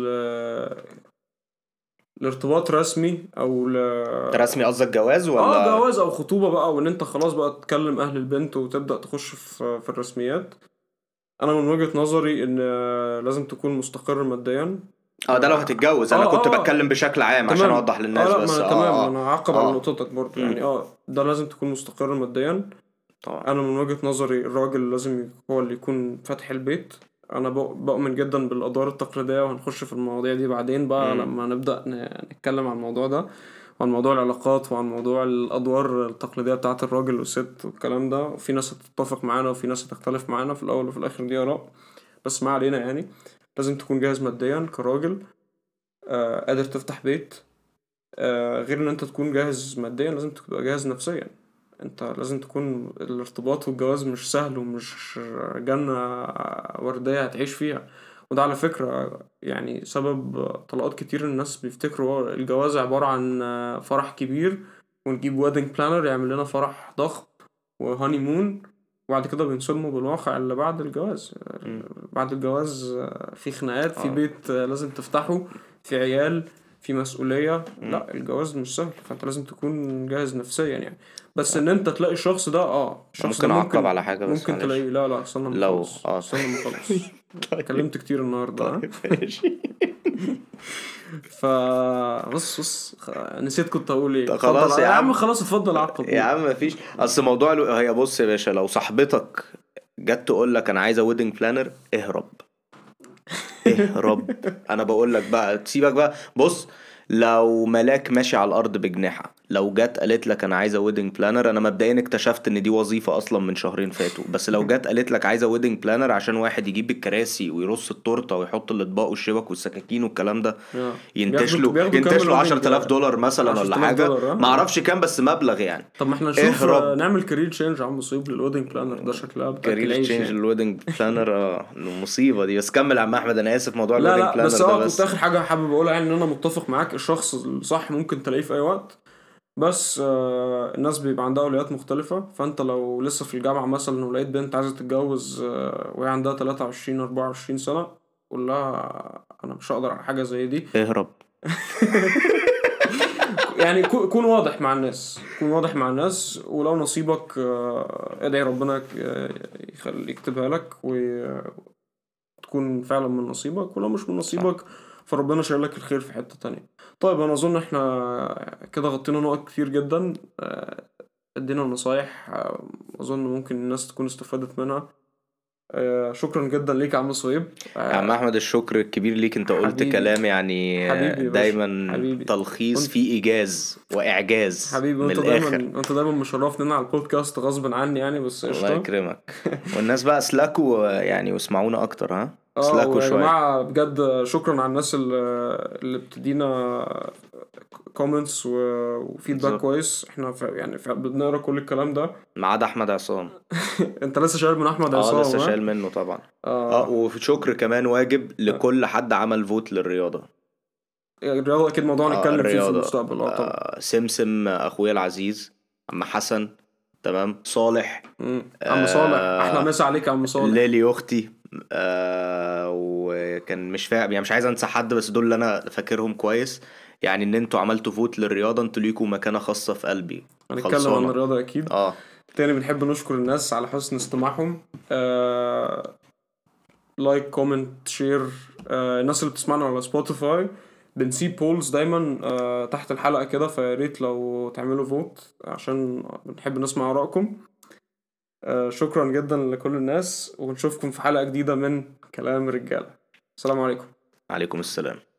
لارتباط رسمي او
انت رسمي قصدك جواز ولا؟
جواز او خطوبة بقى، وان انت خلاص بقى تكلم اهل البنت وتبدأ تخش في الرسميات. انا من وجهة نظري ان لازم تكون مستقر ماديا.
ده لو هتتجوز. انا كنت بتكلم بشكل عام عشان
تمام.
اوضح للناس
لا
بس.
ما تمام، انا هعقب على
اه
نقطتك برضو
مم.
يعني. ده لازم تكون مستقر ماديا.
طبعا.
انا من وجهة نظري الراجل لازم هو اللي يكون فاتح البيت. انا بؤمن جدا بالادوار التقليدية، وهنخش في المواضيع دي بعدين بقى
مم.
لما نبدأ نتكلم عن الموضوع ده، وعن موضوع العلاقات، وعن موضوع الادوار التقليدية بتاعة الراجل والست والكلام ده. وفي ناس هتتفق معانا وفي ناس هتختلف معانا، في الاول وفي الاخر دي اراء. بس ما علينا يعني. لازم تكون جاهز ماديا كراجل، قادر تفتح بيت. غير ان انت تكون جاهز ماديا، لازم تبقى جاهز نفسيا. انت لازم تكون الارتباط والجواز مش سهل ومش جنة وردية هتعيش فيها. وده على فكرة يعني سبب طلاقات كتير. الناس بيفتكروا الجواز عبارة عن فرح كبير، ونجيب ويدنج بلانر يعمل لنا فرح ضخم وهاني مون، وبعد كده بينصدموا بالواقع اللي بعد الجواز.
مم.
بعد الجواز في خناقات، في
اه
بيت لازم تفتحه، في عيال، في مسؤولية.
مم.
لا الجواز مش سهل، فانت لازم تكون جاهز نفسيا يعني. بس
صح.
ان انت تلاقي الشخص ده الشخص ده
ممكن اعقب على حاجة بس
ممكن
معلش.
تلاقيه. لا استنى ما
لو
اخلص، استنى ما اخلص.
طيب
اتكلمت كتير النهارده ها.
طيب ماشي.
ف بص نسيت كنت اقول ايه.
طب
اتفضل
خلاص يا
يا عم،
عم.
خلاص اتفضل عقب
يا
قول.
عم مفيش. اصل موضوع هي بص يا باشا، لو صاحبتك جت تقول لك انا عايزه ويدنج بلانر، اهرب اهرب. انا بقول لك بقى تسيبك بقى. بص، لو ملاك ماشي على الارض بجناحة لو جت قالت لك انا عايزه ويدنج بلانر، انا مبدئيا اكتشفت ان دي وظيفه اصلا من شهرين فاتوا. بس لو جت قالت لك عايزه ويدنج بلانر عشان واحد يجيب الكراسي ويرص التورته ويحط الاطباق والشبك والسكاكين والكلام ده،
بياخدوا كام
ينتشلوا
الويدنج؟
10000 دولار مثلا ولا
10000
حاجه.
دولار
ما اعرفش كام بس مبلغ يعني.
طب ما احنا نشوف
اهرب.
نعمل كارير تشينج يا عم مصيب للويدنج بلانر ده، شكلها بتاكل
كارير
عيش
تشينج
يعني.
الويدنج بلانر. المصيبه دي. بس كمل يا عم احمد، انا اسف موضوع
لا
الويدنج
لا
بلانر
بس
ده
كنت
بس.
اخر حاجه حابب اقولها يعني، ان انا متفق معاك. الشخص الصح ممكن تلاقيه في اي وقت، بس الناس بيبقى عندها اولويات مختلفه. فانت لو لسه في الجامعه مثلا ولقيت بنت عايزه تتجوز وهي عندها 23 24 سنه، قول لها انا مش هقدر على حاجه زي دي.
اهرب.
يعني كون واضح مع الناس، كون واضح مع الناس. ولو نصيبك ادعي ربنا يكتبها لك وتكون فعلا من نصيبك. ولو مش من
صح.
نصيبك فربنا شايل لك الخير في حتة تانية. طيب انا اظن احنا كده غطينا نقط كتير جدا. ادينا نصايح اظن ممكن الناس تكون استفادت منها. شكرا جدا ليك يا عم صهيب.
يا عم احمد الشكر الكبير ليك. انت قلت
حبيبي،
كلام يعني
حبيبي يا باشا،
دايما
حبيبي.
تلخيص
وانت
فيه ايجاز واعجاز
حبيبي،
من
وانت دايما
الاخر.
انت دايما مشرفني على البودكاست غصب عني يعني، بس
الله
قشطة.
يكرمك. والناس بقى اسلكوا يعني واسمعونا اكتر. ها اسلكوا
ويا
شوية.
جماعة بجد شكرا على الناس اللي بتدينا كومنتس وفيدباك
بالظبط.
كويس. احنا يعني بنقرا كل الكلام ده.
ما عدا احمد عصام.
انت لسه شايل من احمد
لسه
عصام ها؟
شايل منه طبعا.
اه
وشكر كمان واجب لكل حد عمل فوت للرياضة.
الرياضة اكيد موضوع نتكلم فيه في
الرياضة.
المستقبل طبعا.
سمسم اخويا العزيز، عم حسن، تمام، صالح،
عم صالح احلى مسا عليك يا عم صالح.
ليلي اختي. وكان مش فاهم يعني، مش عايز انسى حد بس دول اللي انا فاكرهم كويس. يعني ان انتوا عملتوا فوت للرياضة، انتوا ليكوا مكانة خاصة في قلبي.
هنتكلم عن
خلصانة.
الرياضة اكيد.
اه
تاني بنحب نشكر الناس على حسن استماعهم. لايك كومنت شير. الناس اللي بتسمعنا على سبوتيفاي بنسيب بولز دايما تحت الحلقة كده، فياريت لو تعملوا فوت عشان بنحب نسمع آرائكم. شكرا جدا لكل الناس، ونشوفكم في حلقة جديدة من كلام رجالة. السلام عليكم.
عليكم السلام.